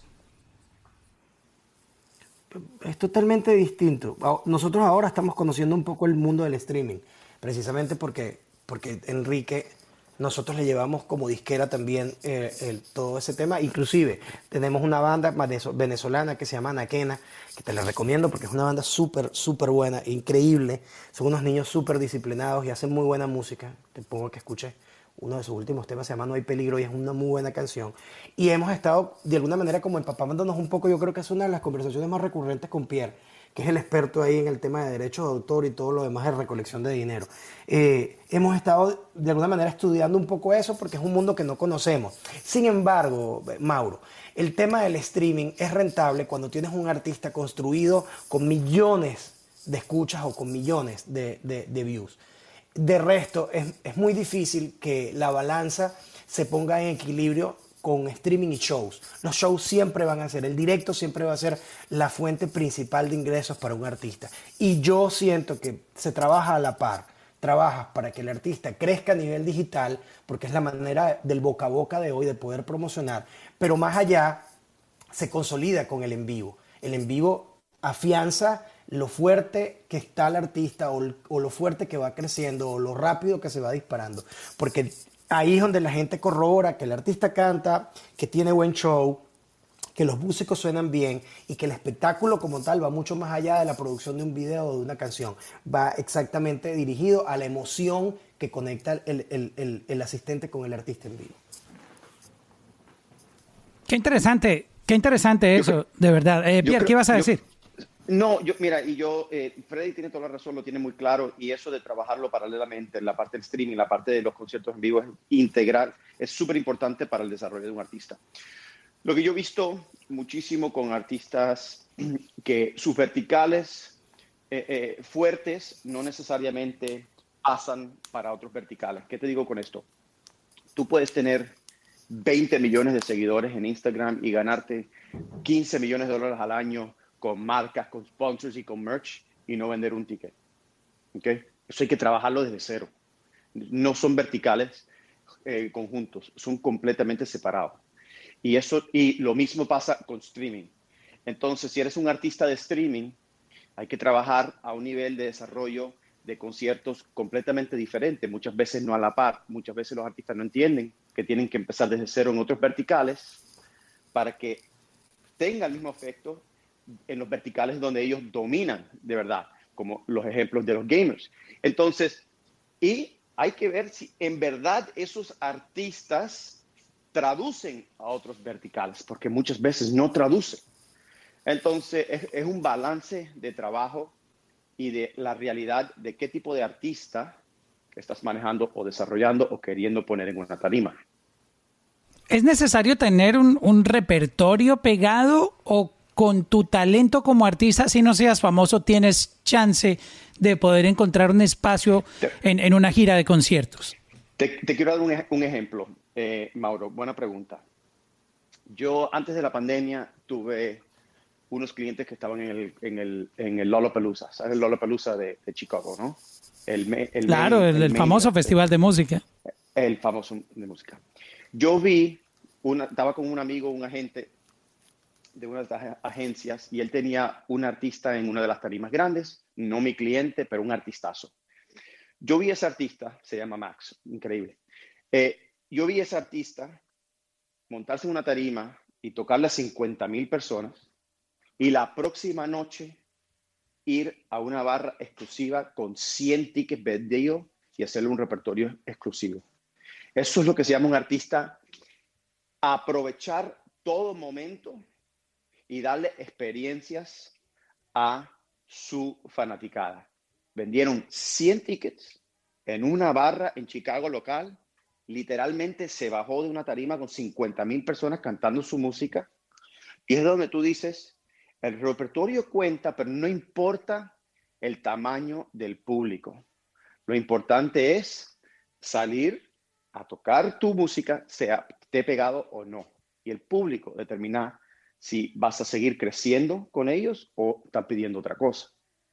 Es totalmente distinto. A- Nosotros ahora estamos conociendo un poco el mundo del streaming, precisamente porque, porque Enrique, nosotros le llevamos como disquera también eh, el- todo ese tema. Inclusive tenemos una banda manezo- venezolana que se llama Anaquena, que te la recomiendo porque es una banda súper, súper buena, increíble. Son unos niños súper disciplinados y hacen muy buena música. Te pongo que escuches uno de sus últimos temas, se llama No hay peligro, y es una muy buena canción. Y hemos estado, de alguna manera, como empapándonos un poco. Yo creo que es una de las conversaciones más recurrentes con Pierre, que es el experto ahí en el tema de derechos de autor y todo lo demás de recolección de dinero. Eh, hemos estado, de alguna manera, estudiando un poco eso porque es un mundo que no conocemos. Sin embargo, Mauro, el tema del streaming es rentable cuando tienes un artista construido con millones de escuchas o con millones de, de, de views. De resto, es, es muy difícil que la balanza se ponga en equilibrio con streaming y shows. Los shows siempre van a ser, el directo siempre va a ser la fuente principal de ingresos para un artista. Y yo siento que se trabaja a la par. Trabajas para que el artista crezca a nivel digital, porque es la manera del boca a boca de hoy de poder promocionar. Pero más allá, se consolida con el en vivo. El en vivo afianza lo fuerte que está el artista, o, o lo fuerte que va creciendo, o lo rápido que se va disparando. Porque ahí es donde la gente corrobora que el artista canta, que tiene buen show, que los músicos suenan bien y que el espectáculo como tal va mucho más allá de la producción de un video o de una canción. Va exactamente dirigido a la emoción que conecta el, el, el, el asistente con el artista en vivo. Qué interesante, qué interesante eso, creo- de verdad. Eh, yo Pierre, creo- ¿qué vas a yo- decir? No, yo, mira, y yo, eh, Freddy tiene toda la razón, lo tiene muy claro, y eso de trabajarlo paralelamente, la parte del streaming, la parte de los conciertos en vivo, es integral, es súper importante para el desarrollo de un artista. Lo que yo he visto muchísimo con artistas que sus verticales eh, eh, fuertes no necesariamente pasan para otros verticales. ¿Qué te digo con esto? Tú puedes tener veinte millones de seguidores en Instagram y ganarte quince millones de dólares al año con marcas, con sponsors y con merch, y no vender un ticket. ¿Okay? Eso hay que trabajarlo desde cero. No son verticales eh, conjuntos, son completamente separados. Y, eso, y lo mismo pasa con streaming. Entonces, si eres un artista de streaming, hay que trabajar a un nivel de desarrollo de conciertos completamente diferente, muchas veces no a la par. Muchas veces los artistas no entienden que tienen que empezar desde cero en otros verticales para que tenga el mismo efecto en los verticales donde ellos dominan de verdad, como los ejemplos de los gamers. Entonces, y hay que ver si en verdad esos artistas traducen a otros verticales, porque muchas veces no traducen. Entonces, es, es un balance de trabajo y de la realidad de qué tipo de artista estás manejando o desarrollando o queriendo poner en una tarima. ¿Es necesario tener un, un repertorio pegado, o con tu talento como artista, si no seas famoso, tienes chance de poder encontrar un espacio en, en una gira de conciertos? Te, te quiero dar un, ej- un ejemplo, eh, Mauro, buena pregunta. Yo antes de la pandemia tuve unos clientes que estaban en el, en el, en el Lollapalooza, ¿sabes? El Lollapalooza de, de Chicago, ¿no? El, me- el Claro, main- el, el main- famoso festival de música. El famoso de música. Yo vi, una, estaba con un amigo, un agente de una de estas agencias y él tenía un artista en una de las tarimas grandes, no mi cliente, pero un artistazo. Yo vi a ese artista, se llama Max, increíble. Eh, yo vi a ese artista montarse en una tarima y tocarle a cincuenta mil personas y la próxima noche ir a una barra exclusiva con cien tickets vendidos y hacerle un repertorio exclusivo. Eso es lo que se llama un artista, aprovechar todo momento y darle experiencias a su fanaticada. Vendieron cien tickets en una barra en Chicago local. Literalmente se bajó de una tarima con cincuenta mil personas cantando su música. Y es donde tú dices, el repertorio cuenta, pero no importa el tamaño del público. Lo importante es salir a tocar tu música, sea esté pegado o no. Y el público determina si vas a seguir creciendo con ellos o están pidiendo otra cosa.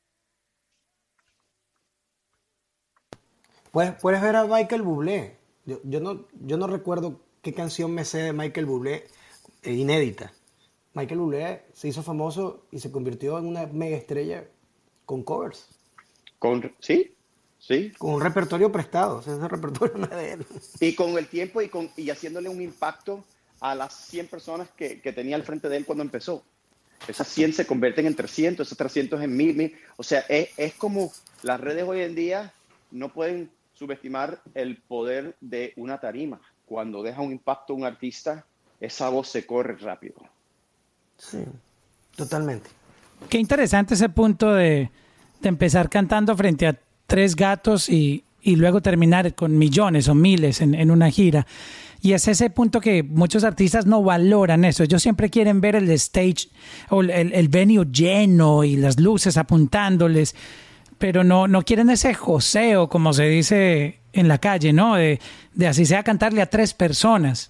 Puedes, puedes ver a Michael Bublé. Yo, yo, no, yo no recuerdo qué canción me sé de Michael Bublé eh, inédita. Michael Bublé se hizo famoso y se convirtió en una mega estrella con covers. Con, ¿Sí? Sí. Con un repertorio prestado. O sea, ese repertorio no es de él. Y con el tiempo y, con, y haciéndole un impacto a las cien personas que, que tenía al frente de él cuando empezó. Esas cien se convierten en trescientos, esos trescientos en mil, mil. O sea, es, es como las redes hoy en día no pueden subestimar el poder de una tarima. Cuando deja un impacto un artista, esa voz se corre rápido. Sí, totalmente. Qué interesante ese punto de, de empezar cantando frente a tres gatos y, y luego terminar con millones o miles en, en una gira. Y es ese punto que muchos artistas no valoran eso. Ellos siempre quieren ver el stage o el, el venue lleno y las luces apuntándoles, pero no, no quieren ese joseo, como se dice en la calle, ¿no? De, de así sea cantarle a tres personas.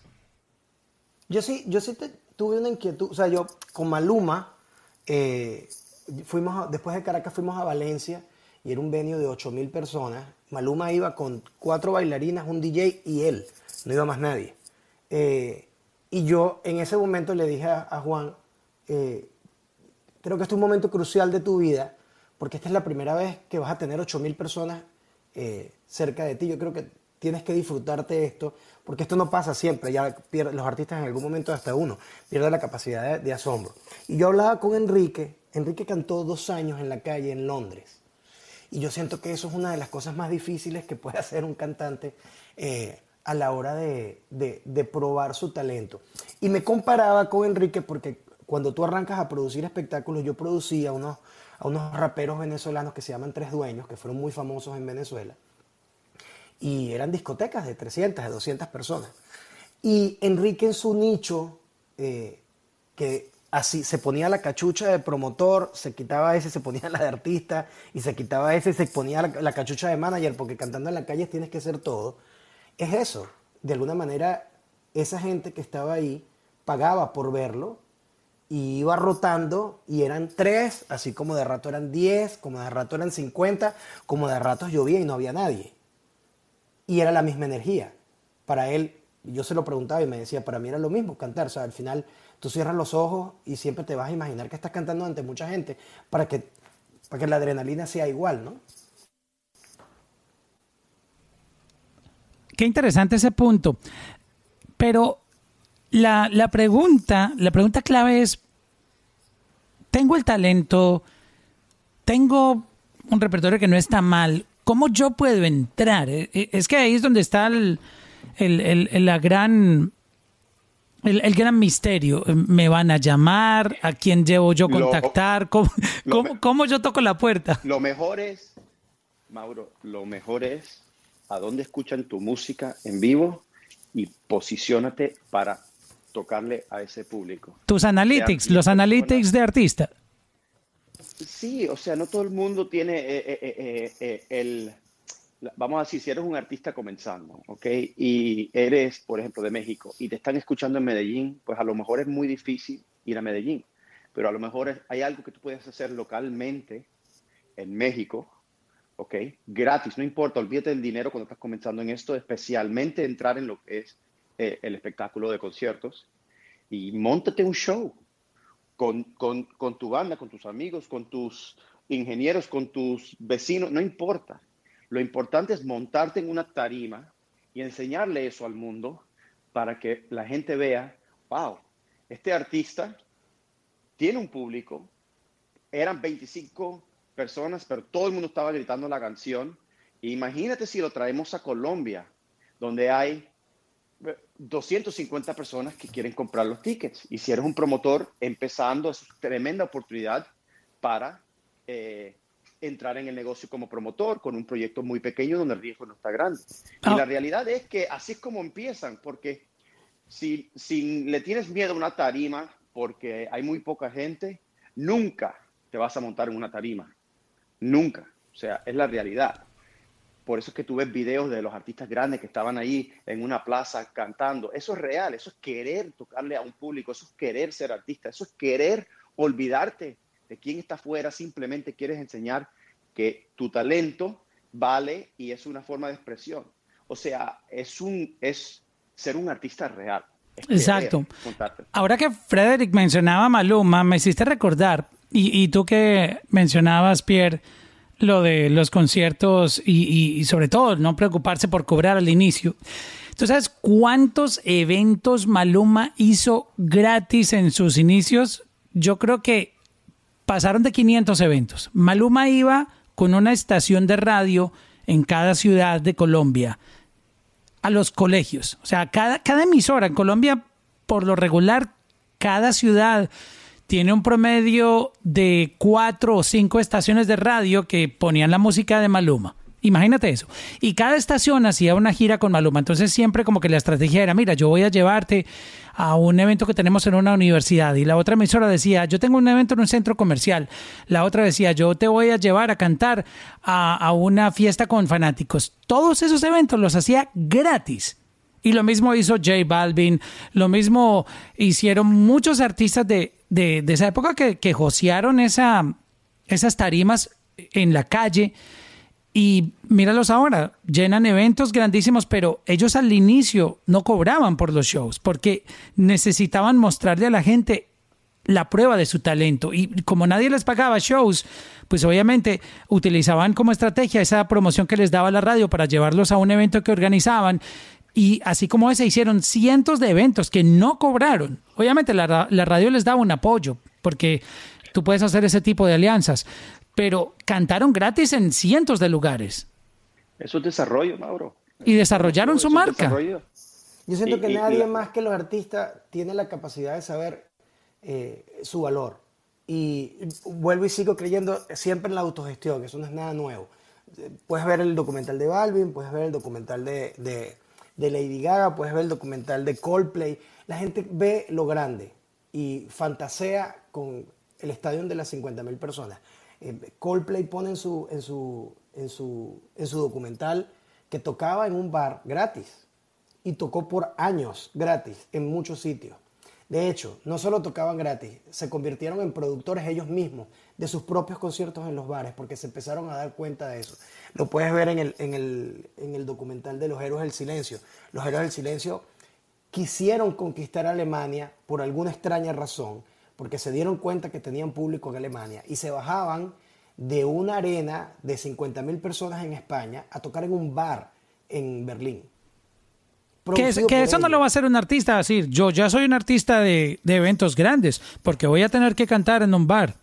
Yo sí, yo sí te, tuve una inquietud. O sea, yo con Maluma, eh, fuimos a, después de Caracas fuimos a Valencia y era un venue de ocho mil personas. Maluma iba con cuatro bailarinas, un D J y él. No iba más nadie. Eh, y yo en ese momento le dije a, a Juan, eh, creo que este es un momento crucial de tu vida, porque esta es la primera vez que vas a tener ocho mil personas eh, cerca de ti. Yo creo que tienes que disfrutarte esto, porque esto no pasa siempre. Ya pierde, los artistas en algún momento, hasta uno, pierde la capacidad de, de asombro. Y yo hablaba con Enrique. Enrique cantó dos años en la calle en Londres. Y yo siento que eso es una de las cosas más difíciles que puede hacer un cantante eh, a la hora de, de, de probar su talento. Y me comparaba con Enrique porque cuando tú arrancas a producir espectáculos, yo producía unos, a unos raperos venezolanos que se llaman Tres Dueños, que fueron muy famosos en Venezuela. Y eran discotecas de trescientas, de doscientas personas. Y Enrique en su nicho, eh, que así se ponía la cachucha de promotor, se quitaba ese, se ponía la de artista, y se quitaba ese, se ponía la, la cachucha de manager, porque cantando en la calle tienes que ser todo. Es eso. De alguna manera, esa gente que estaba ahí pagaba por verlo y iba rotando y eran tres, así como de rato eran diez, como de rato eran cincuenta, como de ratos llovía y no había nadie. Y era la misma energía. Para él, yo se lo preguntaba y me decía, para mí era lo mismo cantar. O sea, al final tú cierras los ojos y siempre te vas a imaginar que estás cantando ante mucha gente para que, para que la adrenalina sea igual, ¿no? Qué interesante ese punto. Pero la, la pregunta, la pregunta clave es, tengo el talento, tengo un repertorio que no está mal, ¿cómo yo puedo entrar? Es que ahí es donde está el, el, el, el la gran, el, el gran misterio. ¿Me van a llamar? ¿A quién llevo yo a contactar? ¿Cómo, lo, cómo, cómo yo toco la puerta? Lo mejor es, Mauro, lo mejor es a dónde escuchan tu música en vivo y posiciónate para tocarle a ese público. Tus analytics, los analytics de artista. Sí, o sea, no todo el mundo tiene eh, eh, eh, eh, el... Vamos a decir, si eres un artista comenzando, ¿ok? Y eres, por ejemplo, de México y te están escuchando en Medellín, pues a lo mejor es muy difícil ir a Medellín, pero a lo mejor es, hay algo que tú puedes hacer localmente en México, ¿ok? Gratis, no importa, olvídate del dinero cuando estás comenzando en esto, especialmente entrar en lo que es eh, el espectáculo de conciertos y móntate un show. con, con, con tu banda, con tus amigos, con tus ingenieros, con tus vecinos, no importa. Lo importante es montarte en una tarima y enseñarle eso al mundo para que la gente vea, wow, este artista tiene un público, eran veinticinco personas, pero todo el mundo estaba gritando la canción. E imagínate si lo traemos a Colombia, donde hay doscientas cincuenta personas que quieren comprar los tickets. Y si eres un promotor empezando, es una tremenda oportunidad para eh, entrar en el negocio como promotor con un proyecto muy pequeño donde el riesgo no está grande. Y Oh. la realidad es que así es como empiezan, porque si, si le tienes miedo a una tarima porque hay muy poca gente, nunca te vas a montar en una tarima. Nunca. O sea, es la realidad. Por eso es que tú ves videos de los artistas grandes que estaban ahí en una plaza cantando. Eso es real, eso es querer tocarle a un público, eso es querer ser artista, eso es querer olvidarte de quién está afuera, simplemente quieres enseñar que tu talento vale y es una forma de expresión. O sea, es, un, es ser un artista real. Es Exacto. querer contarte. Ahora que Frederick mencionaba a Maluma, me hiciste recordar, y, y tú que mencionabas, Pierre, lo de los conciertos y, y, y sobre todo no preocuparse por cobrar al inicio. ¿Tú sabes cuántos eventos Maluma hizo gratis en sus inicios? Yo creo que pasaron de quinientos eventos. Maluma iba con una estación de radio en cada ciudad de Colombia a los colegios. O sea, cada, cada emisora en Colombia, por lo regular, cada ciudad tiene un promedio de cuatro o cinco estaciones de radio que ponían la música de Maluma. Imagínate eso. Y cada estación hacía una gira con Maluma. Entonces siempre como que la estrategia era, mira, yo voy a llevarte a un evento que tenemos en una universidad. Y la otra emisora decía, yo tengo un evento en un centro comercial. La otra decía, yo te voy a llevar a cantar a, a una fiesta con fanáticos. Todos esos eventos los hacía gratis. Y lo mismo hizo J Balvin, lo mismo hicieron muchos artistas de, de, de esa época que, que josearon esa, esas tarimas en la calle. Y míralos ahora, llenan eventos grandísimos, pero ellos al inicio no cobraban por los shows porque necesitaban mostrarle a la gente la prueba de su talento. Y como nadie les pagaba shows, pues obviamente utilizaban como estrategia esa promoción que les daba la radio para llevarlos a un evento que organizaban. Y así como ese, hicieron cientos de eventos que no cobraron. Obviamente la, la radio les daba un apoyo, porque tú puedes hacer ese tipo de alianzas, pero cantaron gratis en cientos de lugares. Eso es desarrollo, Mauro. Y desarrollaron Eso su es marca. desarrollo. Yo siento Y- que y- nadie y- más que los artistas tiene la capacidad de saber eh, su valor. Y vuelvo y sigo creyendo siempre en la autogestión, que eso no es nada nuevo. Eh, Puedes ver el documental de Balvin, puedes ver el documental de, de, de Lady Gaga, puedes ver el documental de Coldplay. La gente ve lo grande y fantasea con el estadio de las cincuenta mil personas. Eh, Coldplay pone en su, en, su, en, su, en su documental que tocaba en un bar gratis. Y tocó por años gratis en muchos sitios. De hecho, no solo tocaban gratis, se convirtieron en productores ellos mismos de sus propios conciertos en los bares, porque se empezaron a dar cuenta de eso. Lo puedes ver en el, en el, en el documental de Los Héroes del Silencio. Los Héroes del Silencio quisieron conquistar a Alemania por alguna extraña razón, porque se dieron cuenta que tenían público en Alemania y se bajaban de una arena de cincuenta mil personas en España a tocar en un bar en Berlín. Que, es- Producido que por eso no ellos. lo va a hacer un artista decir, yo ya soy un artista de, de eventos grandes, porque voy a tener que cantar en un bar.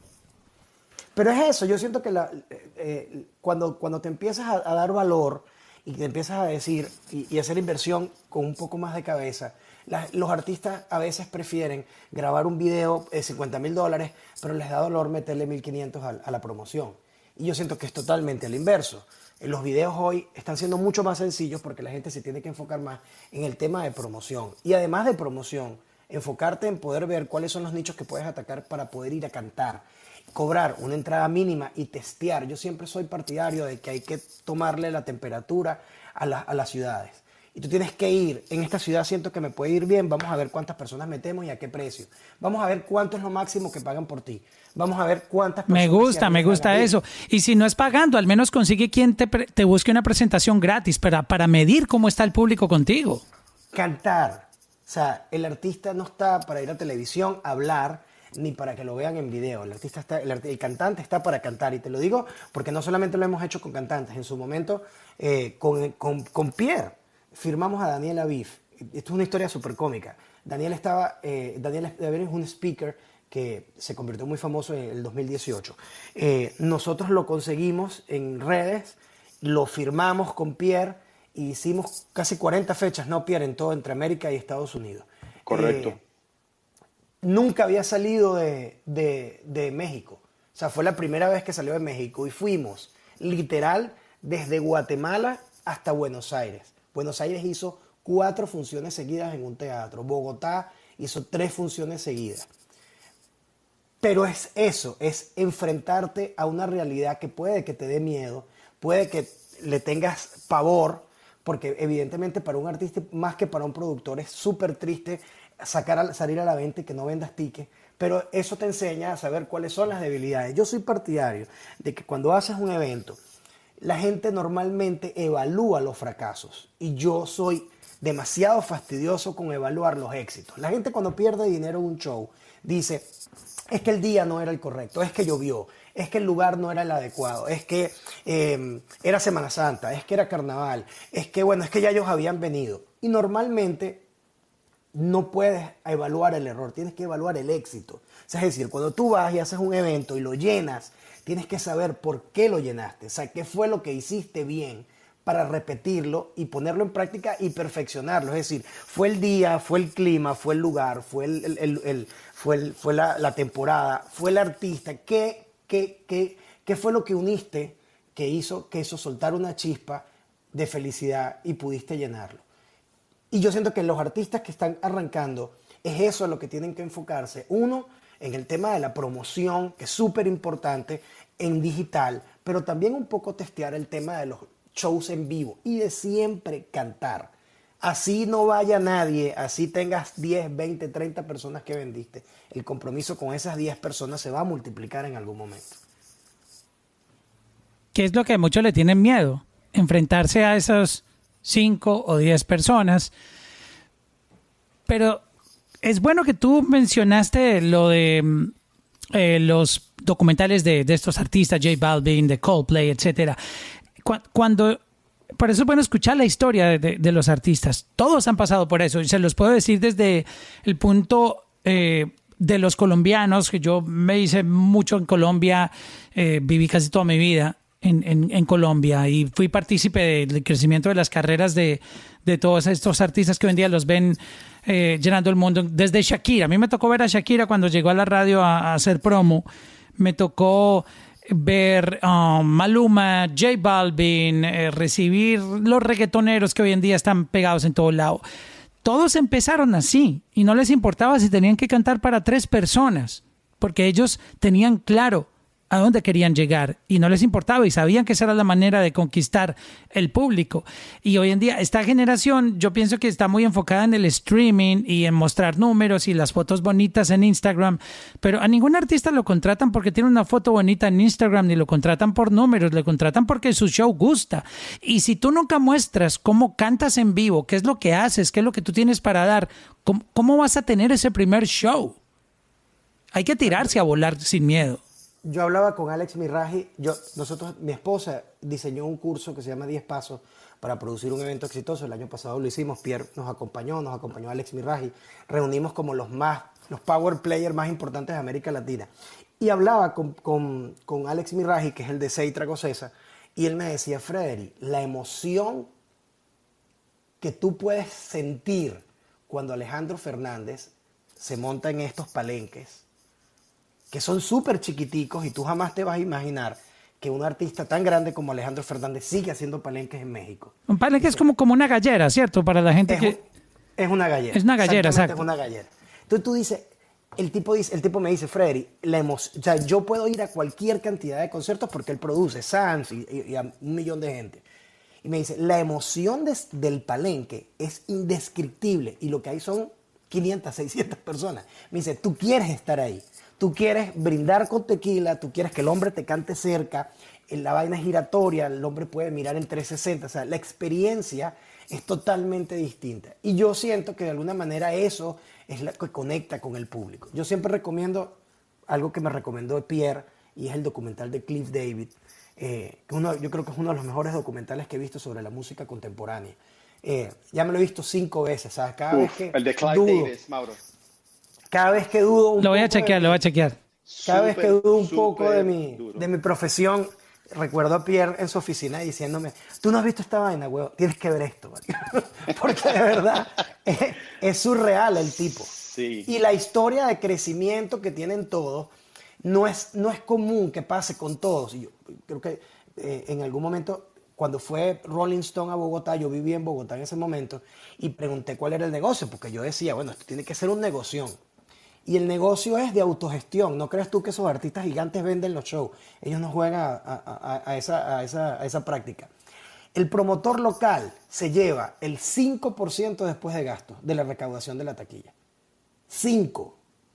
Pero es eso, yo siento que la, eh, eh, cuando, cuando te empiezas a, a dar valor y te empiezas a decir y, y hacer inversión con un poco más de cabeza, la- los artistas a veces prefieren grabar un video de cincuenta mil dólares, pero les da dolor meterle mil quinientos a, a la promoción. Y yo siento que es totalmente al inverso. Eh, Los videos hoy están siendo mucho más sencillos porque la gente se tiene que enfocar más en el tema de promoción. Y además de promoción, enfocarte en poder ver cuáles son los nichos que puedes atacar para poder ir a cantar, cobrar una entrada mínima y testear. Yo siempre soy partidario de que hay que tomarle la temperatura a, la- a las ciudades. Y tú tienes que ir, en esta ciudad siento que me puede ir bien, vamos a ver cuántas personas metemos y a qué precio. Vamos a ver cuánto es lo máximo que pagan por ti. Vamos a ver cuántas personas... Me se gusta, me arriesgan gusta a ir. eso. Y si no es pagando, al menos consigue quien te, pre- te busque una presentación gratis para, para medir cómo está el público contigo. Cantar. O sea, el artista no está para ir a televisión a hablar ni para que lo vean en video. El artista está, el, art- el cantante está para cantar. Y te lo digo porque no solamente lo hemos hecho con cantantes. En su momento, eh, con, con, con Pierre, firmamos a Daniel Aviv. Esto es una historia súper cómica. Daniel estaba, eh, Daniel Aviv es un speaker que se convirtió muy famoso en el dos mil dieciocho. Eh, nosotros lo conseguimos en redes, lo firmamos con Pierre y hicimos casi cuarenta fechas, ¿no, Pierre? En todo, entre América y Estados Unidos. Correcto. Eh, nunca había salido de, de, de México. O sea, fue la primera vez que salió de México y fuimos literal desde Guatemala hasta Buenos Aires. Buenos Aires hizo cuatro funciones seguidas en un teatro. Bogotá hizo tres funciones seguidas. Pero es eso, es enfrentarte a una realidad que puede que te dé miedo, puede que le tengas pavor, porque evidentemente para un artista más que para un productor es súper triste sacar a, salir a la venta y que no vendas tickets, pero eso te enseña a saber cuáles son las debilidades. Yo soy partidario de que cuando haces un evento, la gente normalmente evalúa los fracasos y yo soy demasiado fastidioso con evaluar los éxitos. La gente cuando pierde dinero en un show dice, es que el día no era el correcto, es que llovió, es que el lugar no era el adecuado, es que eh, era Semana Santa, es que era carnaval, es que bueno, es que ya ellos habían venido. Y normalmente no puedes evaluar el error, tienes que evaluar el éxito. O sea, es decir, cuando tú vas y haces un evento y lo llenas, tienes que saber por qué lo llenaste, o sea, qué fue lo que hiciste bien para repetirlo y ponerlo en práctica y perfeccionarlo. Es decir, fue el día, fue el clima, fue el lugar, fue, el, el, el, el, fue, el, fue la, la temporada, fue el artista. ¿Qué, qué, qué, qué fue lo que uniste que hizo que eso soltara una chispa de felicidad y pudiste llenarlo? Y yo siento que los artistas que están arrancando es eso a lo que tienen que enfocarse. Uno, en el tema de la promoción, que es súper importante, en digital, pero también un poco testear el tema de los shows en vivo y de siempre cantar. Así no vaya nadie, así tengas diez, veinte, treinta personas que vendiste. El compromiso con esas diez personas se va a multiplicar en algún momento. ¿Qué es lo que muchos le tienen miedo? Enfrentarse a esas cinco o diez personas. Pero es bueno que tú mencionaste lo de eh, los documentales de, de estos artistas, J Balvin, de Coldplay, etcétera. Cuando, por eso es bueno escuchar la historia de, de, de los artistas. Todos han pasado por eso. Y se los puedo decir desde el punto eh, de los colombianos, que yo me hice mucho en Colombia, eh, viví casi toda mi vida en, en, en Colombia y fui partícipe de, del crecimiento de las carreras de, de todos estos artistas que hoy en día los ven eh, llenando el mundo. Desde Shakira. A mí me tocó ver a Shakira cuando llegó a la radio a, a hacer promo. Me tocó ver um, Maluma, J Balvin, eh, recibir los reggaetoneros que hoy en día están pegados en todo lado. Todos empezaron así y no les importaba si tenían que cantar para tres personas, porque ellos tenían claro a dónde querían llegar y no les importaba y sabían que esa era la manera de conquistar el público. Y hoy en día esta generación yo pienso que está muy enfocada en el streaming y en mostrar números y las fotos bonitas en Instagram, pero a ningún artista lo contratan porque tiene una foto bonita en Instagram, ni lo contratan por números, le contratan porque su show gusta. Y si tú nunca muestras cómo cantas en vivo, qué es lo que haces, qué es lo que tú tienes para dar, cómo, cómo vas a tener ese primer show? Hay que tirarse a volar sin miedo. Yo hablaba con Alex Miraji, yo, nosotros, mi esposa diseñó un curso que se llama diez pasos para producir un evento exitoso. El año pasado lo hicimos, Pierre nos acompañó, nos acompañó Alex Miraji. Reunimos como los más, los power players más importantes de América Latina. Y hablaba con, con, con Alex Miraji, que es el de Seitra Gocesa, y él me decía, Frederick, la emoción que tú puedes sentir cuando Alejandro Fernández se monta en estos palenques, que son súper chiquiticos y tú jamás te vas a imaginar que un artista tan grande como Alejandro Fernández sigue haciendo palenques en México. Un palenque es como, como una gallera, ¿cierto? Para la gente es que... Un, es una gallera. Es una gallera, exacto. Es una gallera. Entonces tú dices, el tipo, dice, el tipo me dice, Freddy, la emoción, o sea, yo puedo ir a cualquier cantidad de conciertos porque él produce, Sans y, y, y a un millón de gente. Y me dice, la emoción de, del palenque es indescriptible y lo que hay son quinientas, seiscientas personas. Me dice, tú quieres estar ahí. Tú quieres brindar con tequila, tú quieres que el hombre te cante cerca, la vaina es giratoria, el hombre puede mirar en trescientos sesenta, o sea, la experiencia es totalmente distinta. Y yo siento que de alguna manera eso es lo que conecta con el público. Yo siempre recomiendo algo que me recomendó Pierre, y es el documental de Cliff David, eh, que uno, yo creo que es uno de los mejores documentales que he visto sobre la música contemporánea. Eh, ya me lo he visto cinco veces, ¿sabes? Cada Uf, vez que el de Clive dudo, Davis, Mauro. cada vez que dudo un Lo voy a poco de chequear, mi- lo voy a chequear. cada vez que Súper, dudo un poco de súper mi, duro. de mi profesión, recuerdo a Pierre en su oficina diciéndome, tú no has visto esta vaina, huevo, tienes que ver esto, marico". Porque de verdad es, es surreal el tipo. Sí. Y la historia de crecimiento que tienen todos no es, no es común que pase con todos. Y yo creo que eh, en algún momento, cuando fue Rolling Stone a Bogotá, yo vivía en Bogotá en ese momento, y pregunté cuál era el negocio, porque yo decía, bueno, esto tiene que ser un negocio. Y el negocio es de autogestión. No creas tú que esos artistas gigantes venden los shows. Ellos no juegan a, a- a- a esa, a esa- a esa práctica. El promotor local se lleva el cinco por ciento después de gastos de la recaudación de la taquilla. cinco.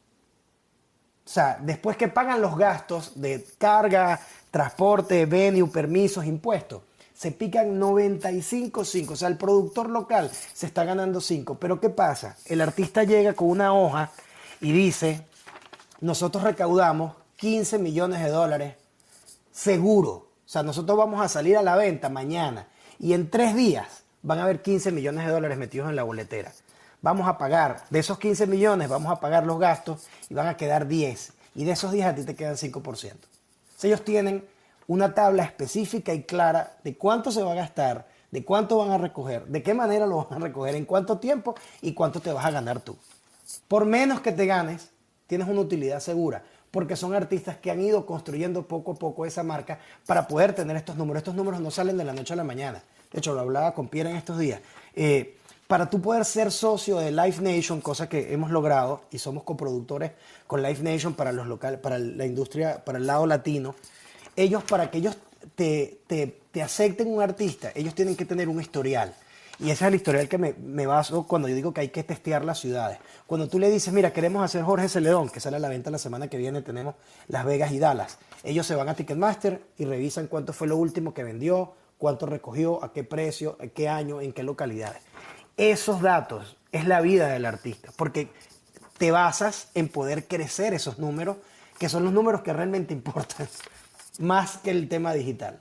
O sea, después que pagan los gastos de carga, transporte, venue, permisos, impuestos, se pican noventa y cinco punto cinco. O sea, el productor local se está ganando cinco. Pero ¿qué pasa? El artista llega con una hoja y dice, nosotros recaudamos quince millones de dólares seguro. O sea, nosotros vamos a salir a la venta mañana y en tres días van a haber quince millones de dólares metidos en la boletera. Vamos a pagar, de esos quince millones vamos a pagar los gastos y van a quedar diez. Y de esos diez a ti te quedan cinco por ciento. O sea, ellos tienen una tabla específica y clara de cuánto se va a gastar, de cuánto van a recoger, de qué manera lo van a recoger, en cuánto tiempo y cuánto te vas a ganar tú. Por menos que te ganes, tienes una utilidad segura, porque son artistas que han ido construyendo poco a poco esa marca para poder tener estos números. Estos números no salen de la noche a la mañana. De hecho, lo hablaba con Pierre en estos días. Eh, para tú poder ser socio de Live Nation, cosa que hemos logrado, y somos coproductores con Live Nation para los locales, para la industria, para el lado latino, ellos, para que ellos te, te, te acepten un artista, ellos tienen que tener un historial. Y ese es el historial que me, me baso cuando yo digo que hay que testear las ciudades. Cuando tú le dices, mira, queremos hacer Jorge Celedón, que sale a la venta la semana que viene, tenemos Las Vegas y Dallas. Ellos se van a Ticketmaster y revisan cuánto fue lo último que vendió, cuánto recogió, a qué precio, a qué año, en qué localidades. Esos datos es la vida del artista, porque te basas en poder crecer esos números, que son los números que realmente importan, más que el tema digital.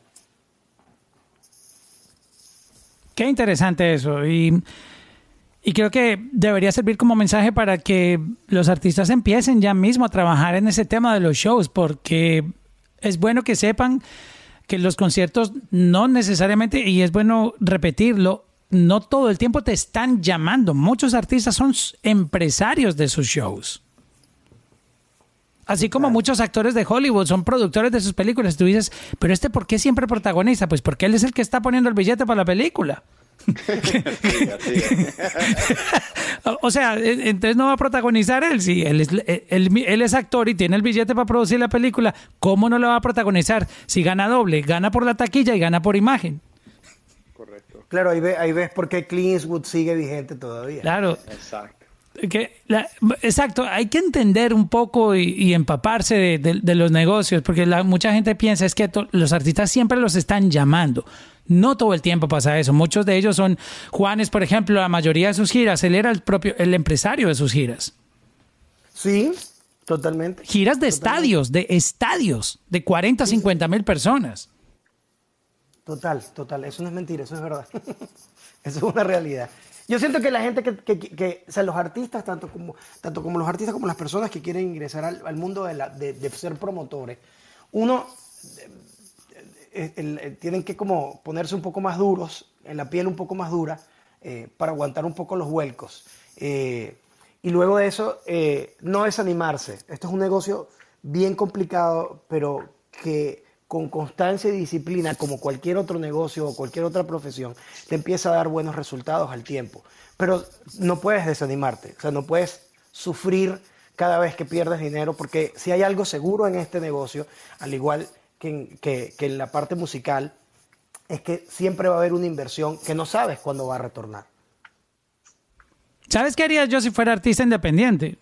Qué interesante eso. Y, y creo que debería servir como mensaje para que los artistas empiecen ya mismo a trabajar en ese tema de los shows, porque es bueno que sepan que los conciertos no necesariamente, y es bueno repetirlo, no todo el tiempo te están llamando. Muchos artistas son empresarios de sus shows. Así como muchos actores de Hollywood son productores de sus películas. Tú dices, pero este ¿por qué siempre protagoniza? Pues porque él es el que está poniendo el billete para la película. Sí, así es. O sea, entonces no va a protagonizar él. Si él es, él, él es actor y tiene el billete para producir la película, ¿cómo no lo va a protagonizar? Si gana doble, gana por la taquilla y gana por imagen. Correcto. Claro, ahí, ve, ahí ves por qué Clint Eastwood sigue vigente todavía. Claro. Exacto. Que la, exacto, hay que entender un poco y, y empaparse de, de, de los negocios, porque la, mucha gente piensa es que to, los artistas siempre los están llamando. No todo el tiempo pasa eso. Muchos de ellos son Juanes, por ejemplo, la mayoría de sus giras, él era el propio, el empresario de sus giras. Sí, totalmente. Giras de totalmente. estadios, de estadios, de cuarenta, cincuenta mil personas. Total, total. Eso no es mentira, eso es verdad. Eso es una realidad. Yo siento que la gente que, que, que, que o sea, los artistas, tanto como, tanto como los artistas como las personas que quieren ingresar al, al mundo de, la, de, de ser promotores, uno, eh, el, el, tienen que como ponerse un poco más duros, en la piel un poco más dura, eh, para aguantar un poco los vuelcos. Eh, y luego de eso, eh, no desanimarse. Esto es un negocio bien complicado, pero que con constancia y disciplina, como cualquier otro negocio o cualquier otra profesión, te empieza a dar buenos resultados al tiempo. Pero no puedes desanimarte, o sea, no puedes sufrir cada vez que pierdes dinero, porque si hay algo seguro en este negocio, al igual que en, que, que en la parte musical, es que siempre va a haber una inversión que no sabes cuándo va a retornar. ¿Sabes qué haría yo si fuera artista independiente?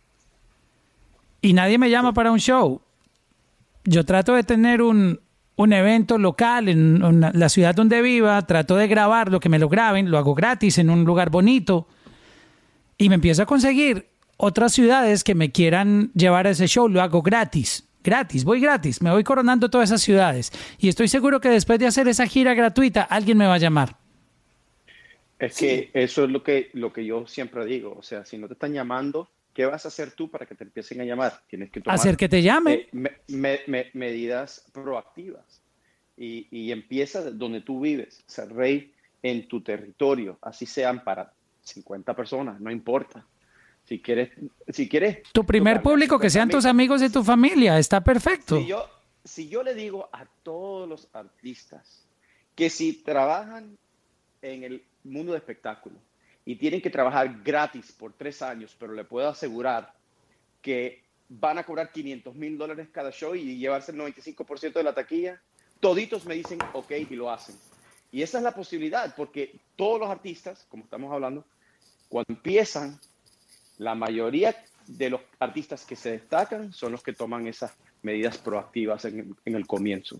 Y nadie me llama para un show. Yo trato de tener un, un evento local en una, la ciudad donde viva, trato de grabar lo que me lo graben, lo hago gratis en un lugar bonito y me empiezo a conseguir otras ciudades que me quieran llevar a ese show, lo hago gratis. Gratis, voy gratis, me voy coronando todas esas ciudades. Y estoy seguro que después de hacer esa gira gratuita, alguien me va a llamar. Es que eso es lo que, lo que yo siempre digo. O sea, si no te están llamando, ¿qué vas a hacer tú para que te empiecen a llamar? Tienes que tomar Hacer que te llamen. eh, me- me- me- medidas proactivas. Y, y empieza donde tú vives, ser rey en tu territorio, así sean para cincuenta personas, no importa. Si quieres, si quieres Tu primer tocarle a público que sean cincuenta tus amigos y tu familia, está perfecto. Si yo, si yo le digo a todos los artistas que si trabajan en el mundo de espectáculo y tienen que trabajar gratis por tres años, pero le puedo asegurar que van a cobrar quinientos mil dólares cada show y llevarse el noventa y cinco por ciento de la taquilla, toditos me dicen ok y lo hacen. Y esa es la posibilidad, porque todos los artistas, como estamos hablando, cuando empiezan, la mayoría de los artistas que se destacan son los que toman esas medidas proactivas en, en el comienzo.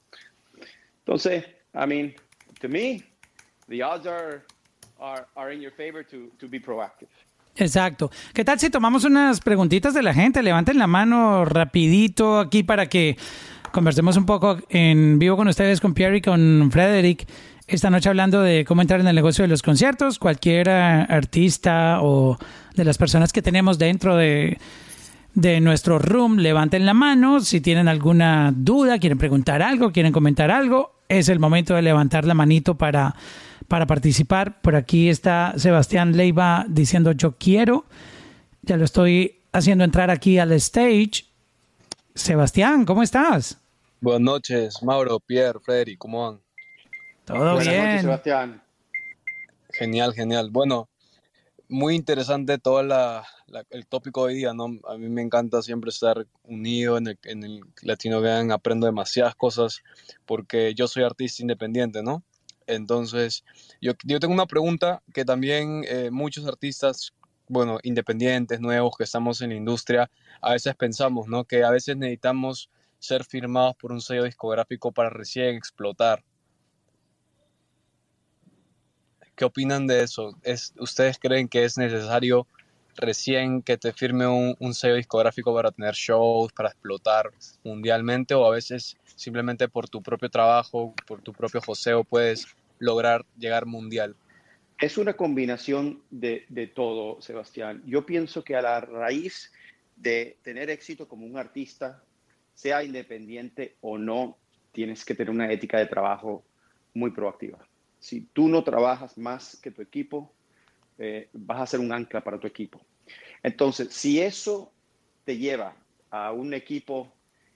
Entonces, I mean, to me, the odds are, are, are in your favor to, to be proactive. Exacto. ¿Qué tal si tomamos unas preguntitas de la gente? Levanten la mano rapidito aquí para que conversemos un poco en vivo con ustedes, con Pierre y con Frederick. Esta noche hablando de cómo entrar en el negocio de los conciertos. Cualquier uh, artista o de las personas que tenemos dentro de, de nuestro room, levanten la mano. Si tienen alguna duda, quieren preguntar algo, quieren comentar algo, es el momento de levantar la manito para, para participar. Por aquí está Sebastián Leiva diciendo yo quiero. Ya lo estoy haciendo entrar aquí al stage. Sebastián, ¿cómo estás? Buenas noches, Mauro, Pierre, Frederick, ¿cómo van? Todo Buenas bien. noches, Sebastián. Genial, genial. Bueno, muy interesante todo la, la- el tópico de hoy día, ¿no? A mí me encanta siempre estar unido en el, en el Latino Gang, aprendo demasiadas cosas porque yo soy artista independiente, ¿no? Entonces, yo, yo tengo una pregunta que también eh, muchos artistas, bueno, independientes, nuevos, que estamos en la industria, a veces pensamos, ¿no? Que a veces necesitamos ser firmados por un sello discográfico para recién explotar. ¿Qué opinan de eso? ¿Es, ¿Ustedes creen que es necesario recién que te firme un, un sello discográfico para tener shows, para explotar mundialmente? ¿O a veces simplemente por tu propio trabajo, por tu propio joseo puedes lograr llegar mundial? Es una combinación de, de todo, Sebastián. Yo pienso que a la raíz de tener éxito como un artista, sea independiente o no, tienes que tener una ética de trabajo muy proactiva. Si tú no trabajas más que tu equipo, eh, vas a ser un ancla para tu equipo. Entonces, si eso te lleva a un equipo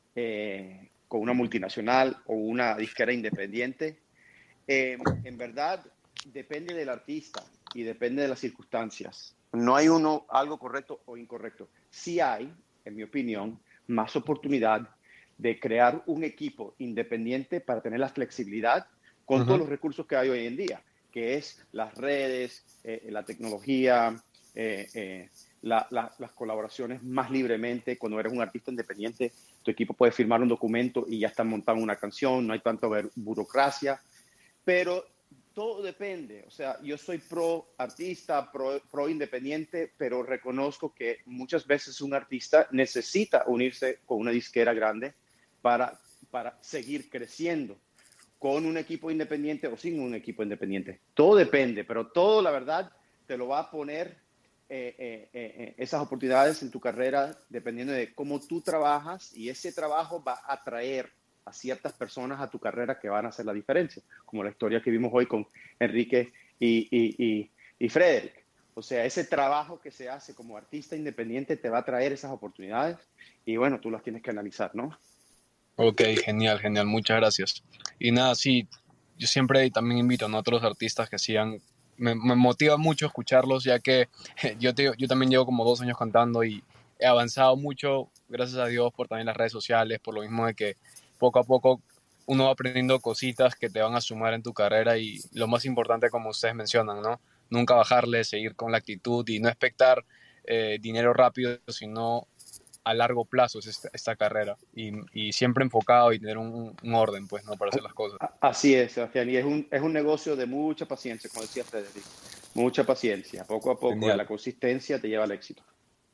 eh, con una multinacional o una disquera independiente, eh, en verdad depende del artista y depende de las circunstancias. No hay uno algo correcto o incorrecto. Sí hay, en mi opinión, más oportunidad de crear un equipo independiente para tener la flexibilidad con Ujú. todos los recursos que hay hoy en día, que es las redes, eh, la tecnología, eh, eh, la- la- las colaboraciones más libremente. Cuando eres un artista independiente, tu equipo puede firmar un documento y ya están montando una canción, no hay tanta ver- burocracia, pero todo depende. O sea, yo soy pro artista, pro, pro independiente, pero reconozco que muchas veces un artista necesita unirse con una disquera grande para, para seguir creciendo, con un equipo independiente o sin un equipo independiente. Todo depende, pero todo, la verdad, te lo va a poner eh, eh, eh, esas oportunidades en tu carrera dependiendo de cómo tú trabajas, y ese trabajo va a atraer a ciertas personas a tu carrera que van a hacer la diferencia, como la historia que vimos hoy con Enrique y, y, y, y Frederick. O sea, ese trabajo que se hace como artista independiente te va a traer esas oportunidades y bueno, tú las tienes que analizar, ¿no? Ok, genial, genial, muchas gracias. Y nada, sí, yo siempre también invito, ¿no?, a otros artistas que sigan. Me, me motiva mucho escucharlos, ya que yo, te- yo también llevo como dos años cantando y he avanzado mucho, gracias a Dios, por también las redes sociales, por lo mismo de que poco a poco uno va aprendiendo cositas que te van a sumar en tu carrera, y lo más importante, como ustedes mencionan, ¿no? Nunca bajarle, seguir con la actitud y no expectar eh, dinero rápido, sino a largo plazo es esta, esta carrera, y, y siempre enfocado y tener un, un orden, pues, ¿no?, para hacer las cosas. A- Así es, Sebastián, y es un, es un negocio de mucha paciencia, como decía Frederick, mucha paciencia, poco a poco, Genial. la consistencia te lleva al éxito.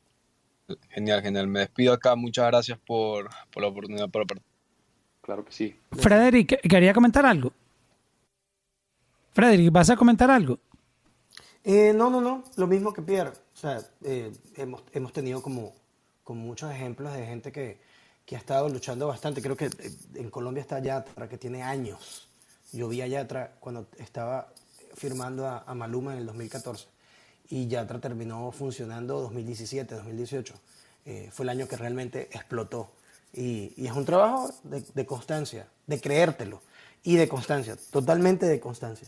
Genial, genial. Me despido acá. Muchas gracias por, por la oportunidad. Por la... Claro que sí. Frederick, ¿quería comentar algo? Frederick, ¿vas a comentar algo? Eh, no, no, no, lo mismo que Pierre. O sea, eh, hemos, hemos tenido como, como muchos ejemplos de gente que, que ha estado luchando bastante. Creo que eh, en Colombia está Yatra, que tiene años. Yo vi a Yatra cuando estaba firmando a, a Maluma en el dos mil catorce. Y Yatra terminó funcionando dos mil diecisiete, dos mil dieciocho. Eh, fue el año que realmente explotó. Y, y es un trabajo de, de constancia, de creértelo. Y de constancia, totalmente de constancia.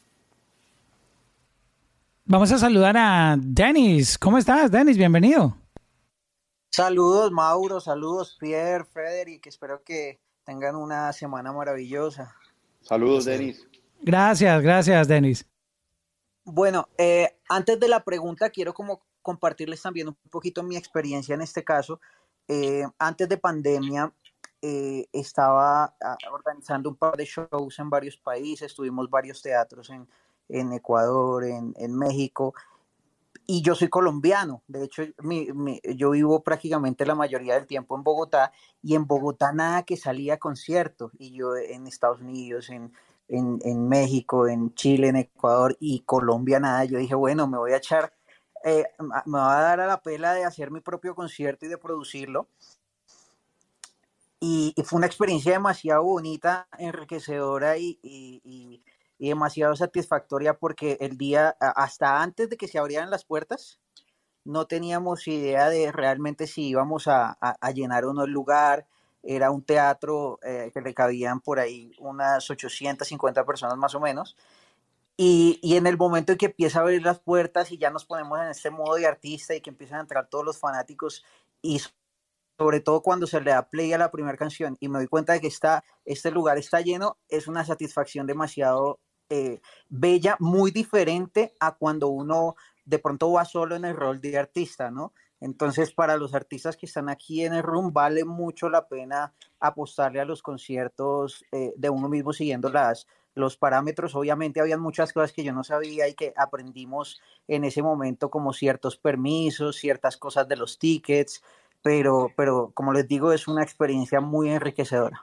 Vamos a saludar a Dennis. ¿Cómo estás, Dennis? Bienvenido. Saludos, Mauro. Saludos, Pierre, Frederick. Espero que tengan una semana maravillosa. Saludos, Denis. Gracias, gracias, Dennis. Bueno, eh, antes de la pregunta, quiero como compartirles también un poquito mi experiencia en este caso. Eh, antes de pandemia, eh, estaba uh, organizando un par de shows en varios países. Tuvimos varios teatros en, en Ecuador, en, en México. Y yo soy colombiano. De hecho, mi, mi, yo vivo prácticamente la mayoría del tiempo en Bogotá. Y en Bogotá nada que salía a conciertos. Y yo en Estados Unidos, en... En, en México, en Chile, en Ecuador y Colombia nada. Yo dije, bueno, me voy a echar, eh, me va a dar a la pela de hacer mi propio concierto y de producirlo. Y, y fue una experiencia demasiado bonita, enriquecedora y, y, y, y demasiado satisfactoria porque el día, hasta antes de que se abrieran las puertas, no teníamos idea de realmente si íbamos a, a, a llenar o no el lugar. Era un teatro eh, que le cabían por ahí unas ochocientas cincuenta personas más o menos. Y, y en el momento en que empieza a abrir las puertas y ya nos ponemos en este modo de artista y que empiezan a entrar todos los fanáticos y sobre todo cuando se le da play a la primera canción y me doy cuenta de que está, este lugar está lleno, es una satisfacción demasiado eh, bella, muy diferente a cuando uno de pronto va solo en el rol de artista, ¿no? Entonces, para los artistas que están aquí en el room, vale mucho la pena apostarle a los conciertos eh, de uno mismo siguiendo las, los parámetros. Obviamente, habían muchas cosas que yo no sabía y que aprendimos en ese momento, como ciertos permisos, ciertas cosas de los tickets, pero, pero como les digo, es una experiencia muy enriquecedora.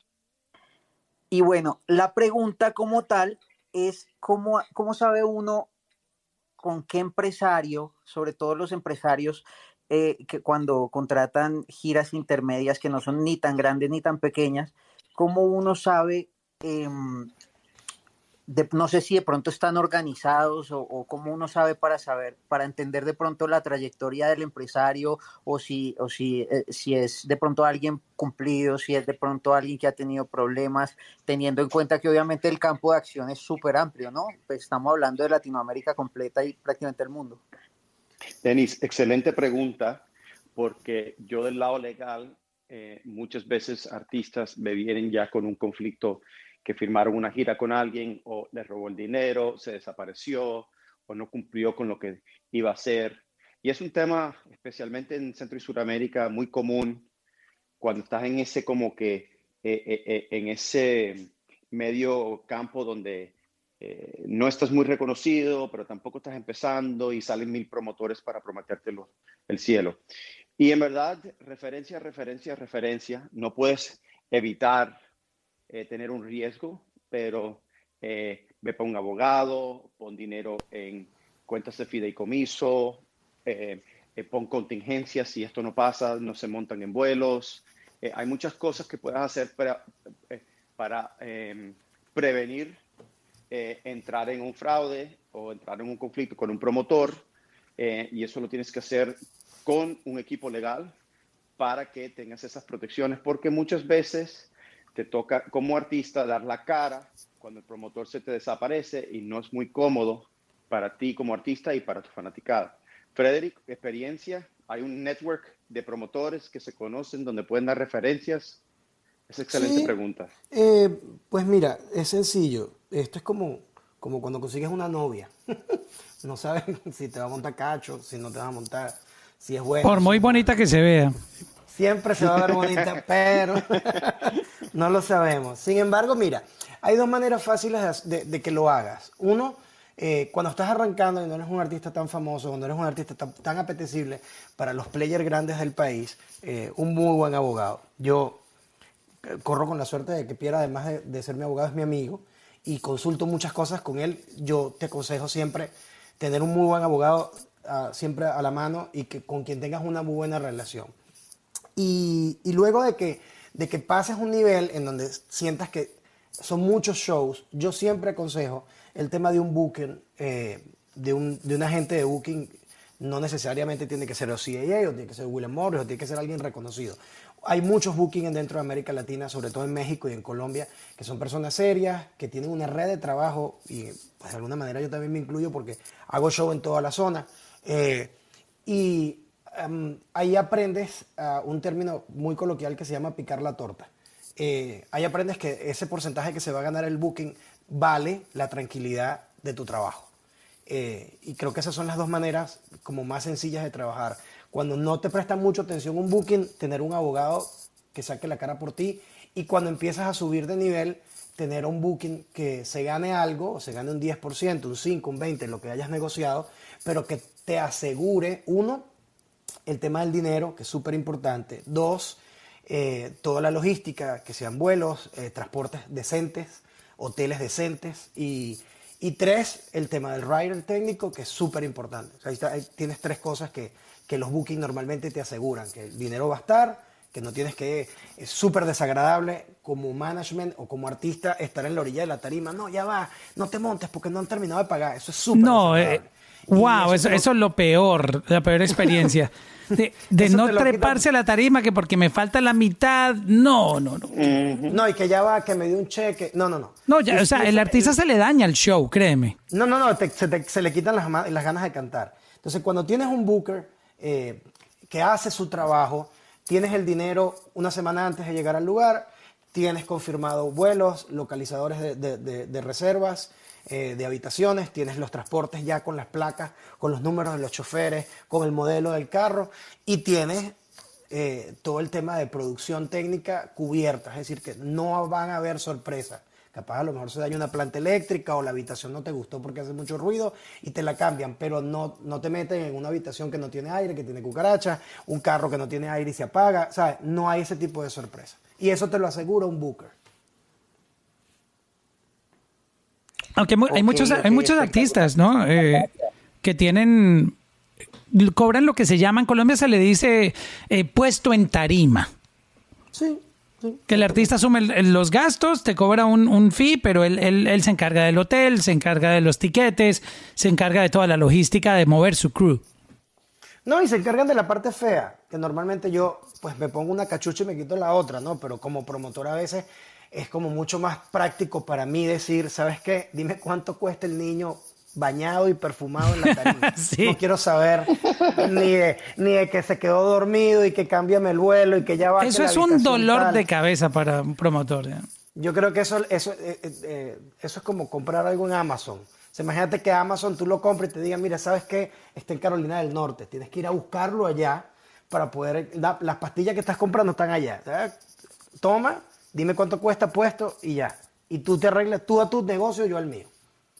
Y bueno, la pregunta como tal es, ¿cómo, cómo sabe uno con qué empresario, sobre todo los empresarios eh, que cuando contratan giras intermedias que no son ni tan grandes ni tan pequeñas, cómo uno sabe, eh, de, no sé si de pronto están organizados o, o cómo uno sabe para saber, para entender de pronto la trayectoria del empresario o si, o si, eh, si es de pronto alguien cumplido, si es de pronto alguien que ha tenido problemas, teniendo en cuenta que obviamente el campo de acción es súper amplio, ¿no? Pues estamos hablando de Latinoamérica completa y prácticamente el mundo. Denis, excelente pregunta, porque yo del lado legal, eh, muchas veces artistas me vienen ya con un conflicto que firmaron una gira con alguien o le robó el dinero, se desapareció o no cumplió con lo que iba a hacer. Y es un tema, especialmente en Centro y Suramérica, muy común cuando estás en ese como que, eh, eh, eh, en ese medio campo donde eh, no estás muy reconocido, pero tampoco estás empezando y salen mil promotores para prometerte lo, el cielo. Y en verdad, referencia, referencia, referencia, no puedes evitar Eh, tener un riesgo, pero eh, ve para un abogado, pon dinero en cuentas de fideicomiso, eh, eh, pon contingencias si esto no pasa, no se montan en vuelos. Eh, hay muchas cosas que puedes hacer para, eh, para eh, prevenir eh, entrar en un fraude o entrar en un conflicto con un promotor eh, y eso lo tienes que hacer con un equipo legal para que tengas esas protecciones, porque muchas veces te toca como artista dar la cara cuando el promotor se te desaparece y no es muy cómodo para ti como artista y para tu fanaticada. Frederick, experiencia, hay un network de promotores que se conocen donde pueden dar referencias. Es excelente Sí, pregunta. eh, pues mira, es sencillo. Esto es como, como cuando consigues una novia. No sabes si te va a montar cacho, si no te va a montar, si es buena. Por si muy es bonita mala. que se vea. Siempre se va a ver bonita, pero no lo sabemos. Sin embargo, mira, hay dos maneras fáciles de, de- de que lo hagas. Uno eh, cuando estás arrancando y no eres un artista tan famoso, cuando eres un artista tan, tan apetecible para los players grandes del país, eh, un muy buen abogado. Yo eh, corro con la suerte de que Pierre, además de, de ser mi abogado, es mi amigo y consulto muchas cosas con él. Yo te aconsejo siempre tener un muy buen abogado uh, siempre a la mano y que, con quien tengas una muy buena relación. Y, y luego de que, de que pases un nivel en donde sientas que son muchos shows, yo siempre aconsejo el tema de un booking, eh, de, un, de un agente de booking. No necesariamente tiene que ser o C A A, o tiene que ser William Morris, o tiene que ser alguien reconocido. Hay muchos bookings dentro de América Latina, sobre todo en México y en Colombia, que son personas serias, que tienen una red de trabajo, y pues, de alguna manera yo también me incluyo porque hago show en toda la zona. Eh, y um, ahí aprendes uh, un término muy coloquial que se llama picar la torta. Eh, ahí aprendes que ese porcentaje que se va a ganar el booking vale la tranquilidad de tu trabajo. Eh, y creo que esas son las dos maneras como más sencillas de trabajar. Cuando no te presta mucho atención un booking, tener un abogado que saque la cara por ti, y cuando empiezas a subir de nivel, tener un booking que se gane algo, o se gane un diez por ciento, un cinco por ciento, un veinte por ciento, lo que hayas negociado, pero que te asegure, uno, el tema del dinero, que es súper importante. Dos, eh, toda la logística, que sean vuelos, eh, transportes decentes, hoteles decentes, y Y tres, el tema del rider técnico, que es súper importante. O sea, ahí, está, ahí tienes tres cosas que, que los bookings normalmente te aseguran. Que el dinero va a estar, que no tienes que... Es súper desagradable como management o como artista estar en la orilla de la tarima. No, ya va, no te montes porque no han terminado de pagar. Eso es súper No, desagradable. eh, wow, eso, eso, eso es lo peor, la peor experiencia. De, de Eso no te lo treparse a quita. la tarima que porque me falta la mitad. No, no, no. No, y que ya va, que me dio un cheque. No, no, no. No, ya, Y- o sea, y el eso- artista se le daña el show, créeme. No, no, no, te- se, te- se le quitan las, ma- las ganas de cantar. Entonces, cuando tienes un booker eh, que hace su trabajo, tienes el dinero una semana antes de llegar al lugar, tienes confirmado vuelos, localizadores de, de- de- de reservas, eh, de habitaciones, tienes los transportes ya con las placas, con los números de los choferes, con el modelo del carro, y tienes eh, todo el tema de producción técnica cubierta, es decir, que no van a haber sorpresas. Capaz a lo mejor se daña una planta eléctrica o la habitación no te gustó porque hace mucho ruido y te la cambian, pero no, no te meten en una habitación que no tiene aire, que tiene cucarachas, un carro que no tiene aire y se apaga, ¿sabes? No hay ese tipo de sorpresa. Y eso te lo asegura un booker. Aunque mu- hay Ok, muchos, ok, hay muchos espectacular. artistas, ¿no? Eh, que tienen, cobran lo que se llama, en Colombia se le dice eh, puesto en tarima. Sí, sí. Que el artista asume el- el- los gastos, te cobra un, un fee, pero él, él, él se encarga del hotel, se encarga de los tiquetes, se encarga de toda la logística de mover su crew. No, y se encargan de la parte fea, que normalmente yo pues me pongo una cachucha y me quito la otra, ¿no? Pero como promotor a veces es como mucho más práctico para mí decir, ¿sabes qué? Dime cuánto cuesta el niño bañado y perfumado en la tarima. Sí. No quiero saber ni de, ni de que se quedó dormido y que cámbiame el vuelo y que ya va. Eso es un dolor de cabeza para un promotor. ¿eh? Yo creo que eso, eso, eh, eh, eh, eso es como comprar algo en Amazon. O sea, imagínate que Amazon tú lo compras y te diga, mira, ¿sabes qué? Está en Carolina del Norte. Tienes que ir a buscarlo allá para poder... la- las pastillas que estás comprando están allá. ¿Sabes? Toma, dime cuánto cuesta puesto y ya. Y tú te arreglas tú a tu negocio, yo al mío.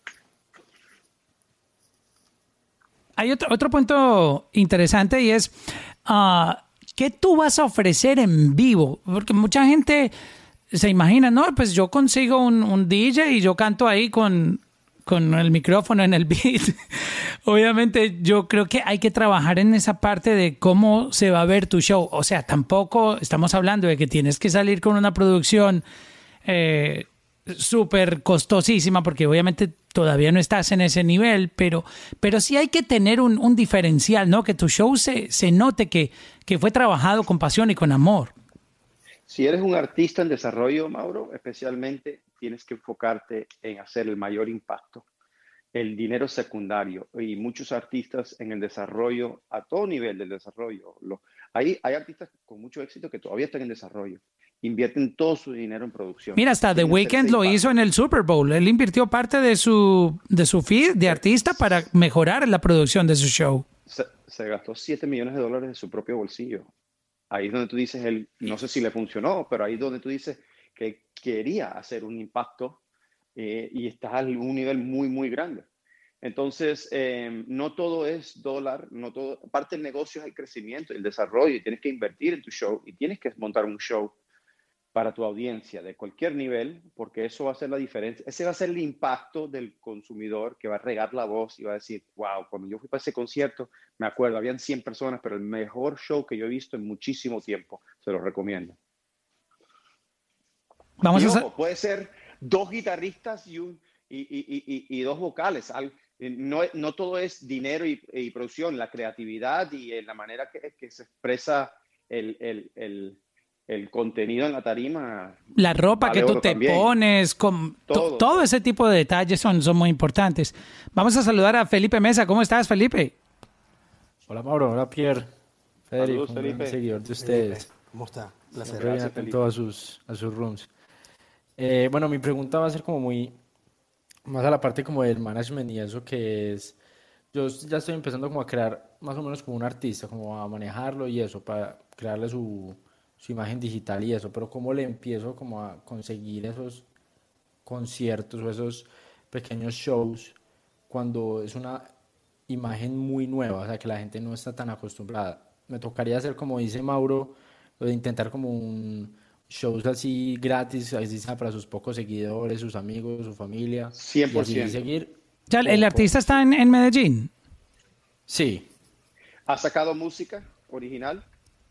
Hay otro, otro punto interesante y es, ah, ¿qué tú vas a ofrecer en vivo? Porque mucha gente se imagina, no, pues yo consigo un, un D J y yo canto ahí con, con el micrófono en el beat. Obviamente yo creo que hay que trabajar en esa parte de cómo se va a ver tu show. O sea, tampoco estamos hablando de que tienes que salir con una producción eh, súper costosísima, porque obviamente todavía no estás en ese nivel, pero, pero sí hay que tener un, un diferencial, ¿no? Que tu show se, se note que, que fue trabajado con pasión y con amor. Si eres un artista en desarrollo, Mauro, especialmente tienes que enfocarte en hacer el mayor impacto. El dinero es secundario y muchos artistas en el desarrollo, a todo nivel del desarrollo, lo, hay, hay artistas con mucho éxito que todavía están en desarrollo, invierten todo su dinero en producción. Mira, hasta The Quieren hacer Weeknd ese lo impacto. hizo en el Super Bowl. Él invirtió parte de su, de su feed de artista para mejorar la producción de su show. Se, se gastó siete millones de dólares de su propio bolsillo. Ahí es donde tú dices, él, no sé si le funcionó, pero ahí es donde tú dices que quería hacer un impacto eh, y está a un nivel muy, muy grande. Entonces, eh, no todo es dólar, no todo, parte del negocio es el crecimiento, el desarrollo, y tienes que invertir en tu show y tienes que montar un show para tu audiencia de cualquier nivel, porque eso va a ser la diferencia. Ese va a ser el impacto del consumidor que va a regar la voz y va a decir, wow, cuando yo fui para ese concierto, me acuerdo, habían cien personas, pero el mejor show que yo he visto en muchísimo tiempo. Se lo recomiendo. Vamos y a ojo, hacer... puede ser dos guitarristas y, un, y, y, y, y dos vocales. No, no todo es dinero y, y producción, la creatividad y la manera que, que se expresa el, el, el el contenido en la tarima. La ropa vale que tú oro te también. pones, con, todo, to, todo ese tipo de detalles son, son muy importantes. Vamos a saludar a Felipe Mesa. ¿Cómo estás, Felipe? Hola, Mauro. Hola, Pierre. Federico, Saludos, Felipe. Un seguidor de ustedes. Felipe, ¿cómo está? Placer. Siempre bien atento a sus, a sus rooms. Eh, bueno, mi pregunta va a ser como muy... más a la parte como del management y eso que es... Yo ya estoy empezando como a crear más o menos como un artista, como a manejarlo y eso, para crearle su... su imagen digital y eso, pero cómo le empiezo como a conseguir esos conciertos o esos pequeños shows cuando es una imagen muy nueva, o sea, que la gente no está tan acostumbrada. Me tocaría hacer, como dice Mauro, lo de intentar como un shows así gratis, así sea para sus pocos seguidores, sus amigos, su familia. cien por ciento. Y así seguir. O sea, ¿el artista está en, en Medellín? Sí. ¿Ha sacado música original?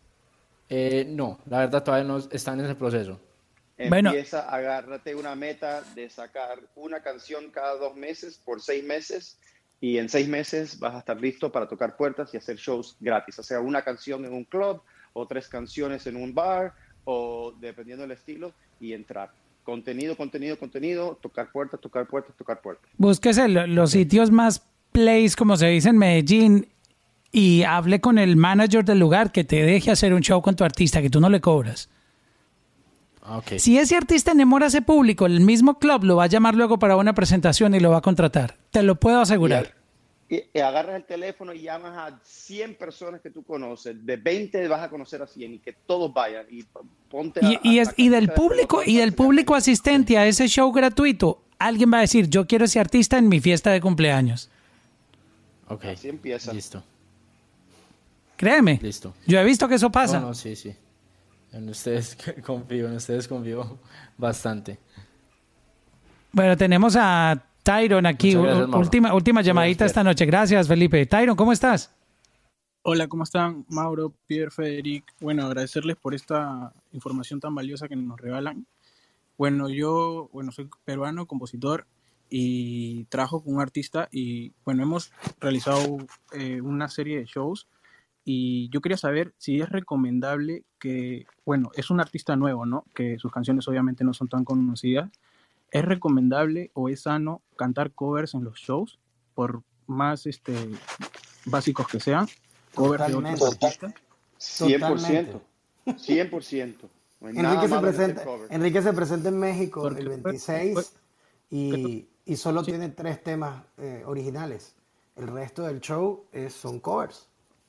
Eh, no, la verdad todavía no está en ese proceso. Bueno. Empieza, agárrate una meta de sacar una canción cada dos meses por seis meses y en seis meses vas a estar listo para tocar puertas y hacer shows gratis. O sea, una canción en un club o tres canciones en un bar o dependiendo del estilo y entrar. Contenido, contenido, contenido, tocar puertas, tocar puertas, tocar puertas. Búsquese los sitios más plays, como se dice en Medellín, y hable con el manager del lugar que te deje hacer un show con tu artista, que tú no le cobras. Okay. Si ese artista enamora a ese público, el mismo club lo va a llamar luego para una presentación y lo va a contratar. Te lo puedo asegurar. Y, y agarras el teléfono y llamas a cien personas que tú conoces. De veinte vas a conocer a cien y que todos vayan. Y ponte a, Y, y, es, a, a y del público y del público asistente a ese show gratuito, alguien va a decir, yo quiero ese artista en mi fiesta de cumpleaños. Ok. Así empieza. Listo. Créeme. Listo. Yo he visto que eso pasa. No, no, sí, sí. En ustedes confío, en ustedes confío bastante. Bueno, tenemos a Tyron aquí. Gracias, última última llamadita Gracias, esta noche. Gracias, Felipe. Tyron, ¿cómo estás? Hola, ¿cómo están? Mauro, Pierre, Federic. Bueno, agradecerles por esta información tan valiosa que nos regalan. Bueno, yo bueno, soy peruano, compositor y trabajo con un artista y bueno, hemos realizado eh, una serie de shows y yo quería saber si es recomendable que, bueno, es un artista nuevo, ¿no? Que sus canciones obviamente no son tan conocidas. ¿Es recomendable o es sano cantar covers en los shows, por más este, básicos que sean? Covers de otros artistas. cien por ciento. cien por ciento. No hay Enrique, se nada presenta, cover. Enrique se presenta en México Porque, el veintiséis pues, y, y solo sí. tiene tres temas eh, originales. El resto del show es, son covers.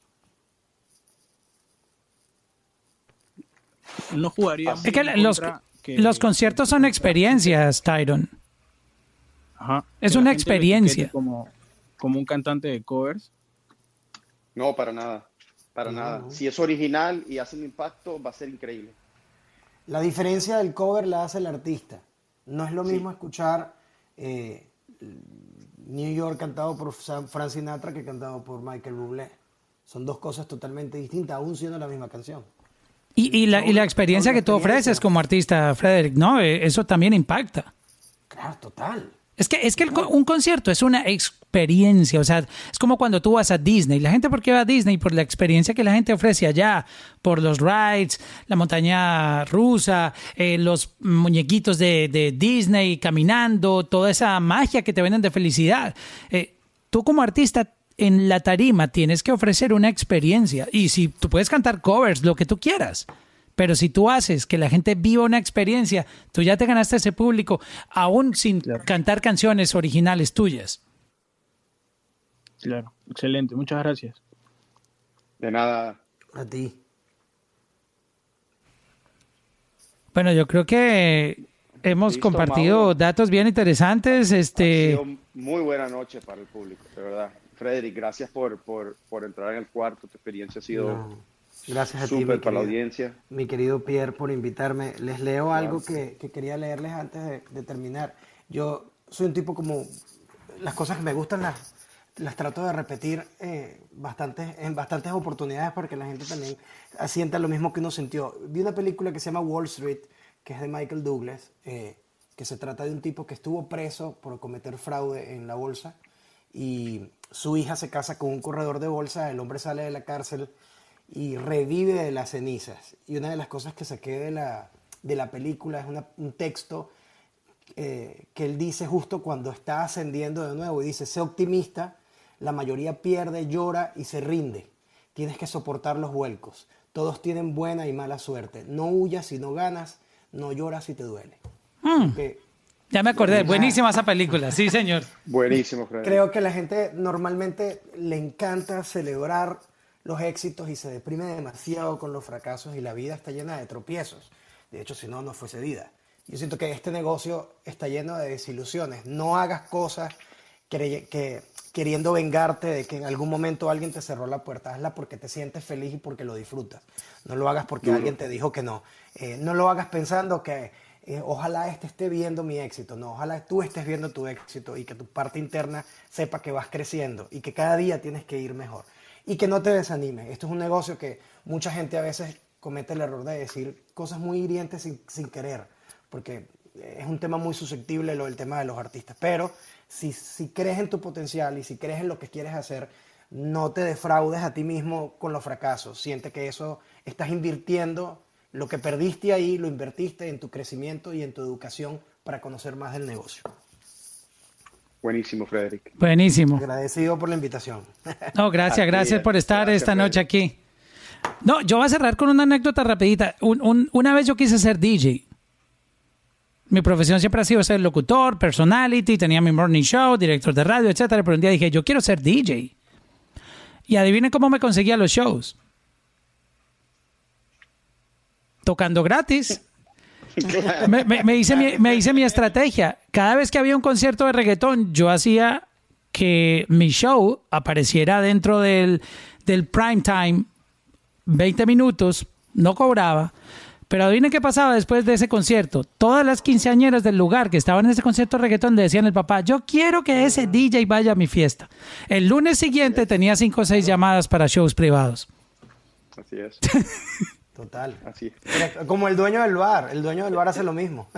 No jugaría. Es que los, que los conciertos son experiencias, Tyron. Ajá. Es Que una la gente lo experiencia. etiquete Como, como un cantante de covers. No, para nada. Para No, nada. no. Si es original y hace un impacto, va a ser increíble. La diferencia del cover la hace el artista. No es lo Sí. mismo escuchar eh, New York cantado por Frank Sinatra que cantado por Michael Bublé. Son dos cosas totalmente distintas, aún siendo la misma canción. Y, y, la, y la experiencia Son que tú experiencias. ofreces como artista, Frederick, ¿no? Eh, Eso también impacta. Claro, total. Es que, es que el co- un concierto es una experiencia, o sea, es como cuando tú vas a Disney. La gente, ¿por qué va a Disney? Por la experiencia que la gente ofrece allá, por los rides, la montaña rusa, eh, los muñequitos de, de Disney caminando, toda esa magia que te venden de felicidad. Eh, tú como artista en la tarima tienes que ofrecer una experiencia. Y si tú puedes cantar covers, lo que tú quieras. Pero si tú haces que la gente viva una experiencia, tú ya te ganaste ese público, aún sin Claro. cantar canciones originales tuyas. Claro, excelente, muchas gracias. De nada. A ti. Bueno, yo creo que Hemos Listo, compartido Mauro. datos bien interesantes. Este, Ha sido muy buena noche para el público, de verdad. Frederick, gracias por, por, por entrar en el cuarto. Tu experiencia ha sido No, gracias a ti, súper mi para la querido, audiencia. mi querido Pierre, por invitarme. Les leo algo Claro. que, que quería leerles antes de, de terminar. Yo soy un tipo como, las cosas que me gustan las, las trato de repetir eh, bastantes, en bastantes oportunidades para que la gente también sienta lo mismo que uno sintió. Vi una película que se llama Wall Street, que es de Michael Douglas, eh, que se trata de un tipo que estuvo preso por cometer fraude en la bolsa y su hija se casa con un corredor de bolsa, el hombre sale de la cárcel y revive de las cenizas. Y una de las cosas que saqué de la, de la película es una, un texto eh, que él dice justo cuando está ascendiendo de nuevo, y dice: sé optimista, la mayoría pierde, llora y se rinde. Tienes que soportar los vuelcos. Todos tienen buena y mala suerte. No huyas si no ganas, no lloras si te duele. mm, Que ya me acordé, buenísima esa película, sí señor. Buenísimo, Frederick. creo que la gente normalmente le encanta celebrar los éxitos y se deprime demasiado con los fracasos, y la vida está llena de tropiezos. De hecho, si no, no fuese vida. Yo siento que este negocio está lleno de desilusiones. No hagas cosas que, que, queriendo vengarte de que en algún momento alguien te cerró la puerta. Hazla porque te sientes feliz y porque lo disfrutas. No lo hagas porque Duro. alguien te dijo que no. Eh, no lo hagas pensando que eh, ojalá este esté viendo mi éxito. No, ojalá tú estés viendo tu éxito y que tu parte interna sepa que vas creciendo y que cada día tienes que ir mejor. Y que no te desanimes. Esto es un negocio que mucha gente a veces comete el error de decir cosas muy hirientes sin, sin querer, porque es un tema muy susceptible lo del tema de los artistas. Pero si, si crees en tu potencial y si crees en lo que quieres hacer, no te defraudes a ti mismo con los fracasos. Siente que eso estás invirtiendo, lo que perdiste ahí, lo invertiste en tu crecimiento y en tu educación para conocer más del negocio. Buenísimo, Frederick. Buenísimo. Agradecido por la invitación. No, gracias, A ti, gracias por estar gracias, esta noche Frederick. aquí. No, yo voy a cerrar con una anécdota rapidita. Un- un- una vez yo quise ser D J. Mi profesión siempre ha sido ser locutor, personality, tenía mi morning show, director de radio, etcétera. Pero un día dije, yo quiero ser D J. Y adivinen cómo me conseguía los shows. Tocando gratis. Me, me- me hice mi, me hice mi estrategia. Cada vez que había un concierto de reggaetón, yo hacía que mi show apareciera dentro del, del prime time, veinte minutos, no cobraba. Pero adivinen qué pasaba después de ese concierto. Todas las quinceañeras del lugar que estaban en ese concierto de reggaetón le decían al papá: yo quiero que ese D J vaya a mi fiesta. El lunes siguiente tenía cinco o seis llamadas para shows privados. Así es, Total. así es. Pero como el dueño del bar, el dueño del bar hace lo mismo.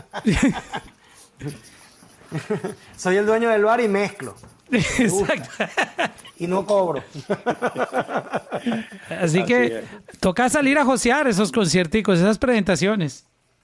Soy el dueño del bar y mezclo. Me gusta. Exacto. Y no cobro. Así que toca salir a josear esos concierticos, esas presentaciones.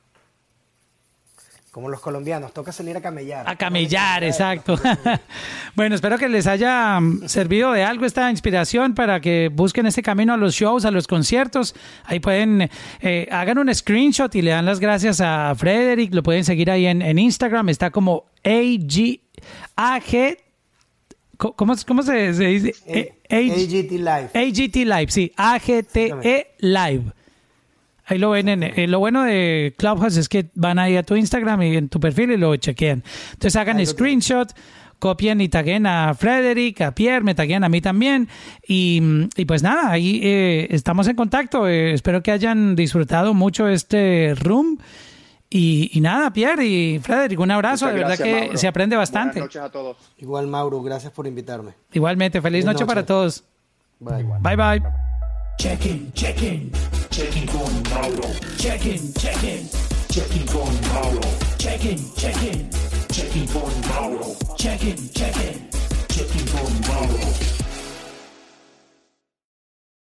Como los colombianos, toca salir a camellar. A camellar, exacto. Bueno, espero que les haya mm, servido de algo esta inspiración para que busquen ese camino a los shows, a los conciertos. Ahí pueden, eh, hagan un screenshot y le dan las gracias a Frederick. Lo pueden seguir ahí en, en Instagram. Está como A G, A G, co- ¿cómo, cómo se, se dice? Eh, A- A- A G T Live. A G T Live, sí, A G T E Live. Ahí lo ven. En, eh, lo bueno de Clubhouse es que van ahí a tu Instagram y en tu perfil y lo chequean. Entonces hagan Ahí lo screenshot, copien y taguen a Frederick, a Pierre, me taguen a mí también. Y, y pues nada, ahí eh, estamos en contacto. Eh, espero que hayan disfrutado mucho este room. Y, y nada, Pierre y Frederick, un abrazo. Muchas De verdad gracias, que Mauro. se aprende bastante. Buenas noches a todos. Igual, Mauro, gracias por invitarme. Igualmente, feliz Buenas noche para noches. todos. Bye. Bye bye. Check-in, check-in, check-in con Mauro. Check-in, check-in, check-in con Mauro. Check-in, check-in, check-in con Mauro. Check-in, check-in, check-in con Mauro.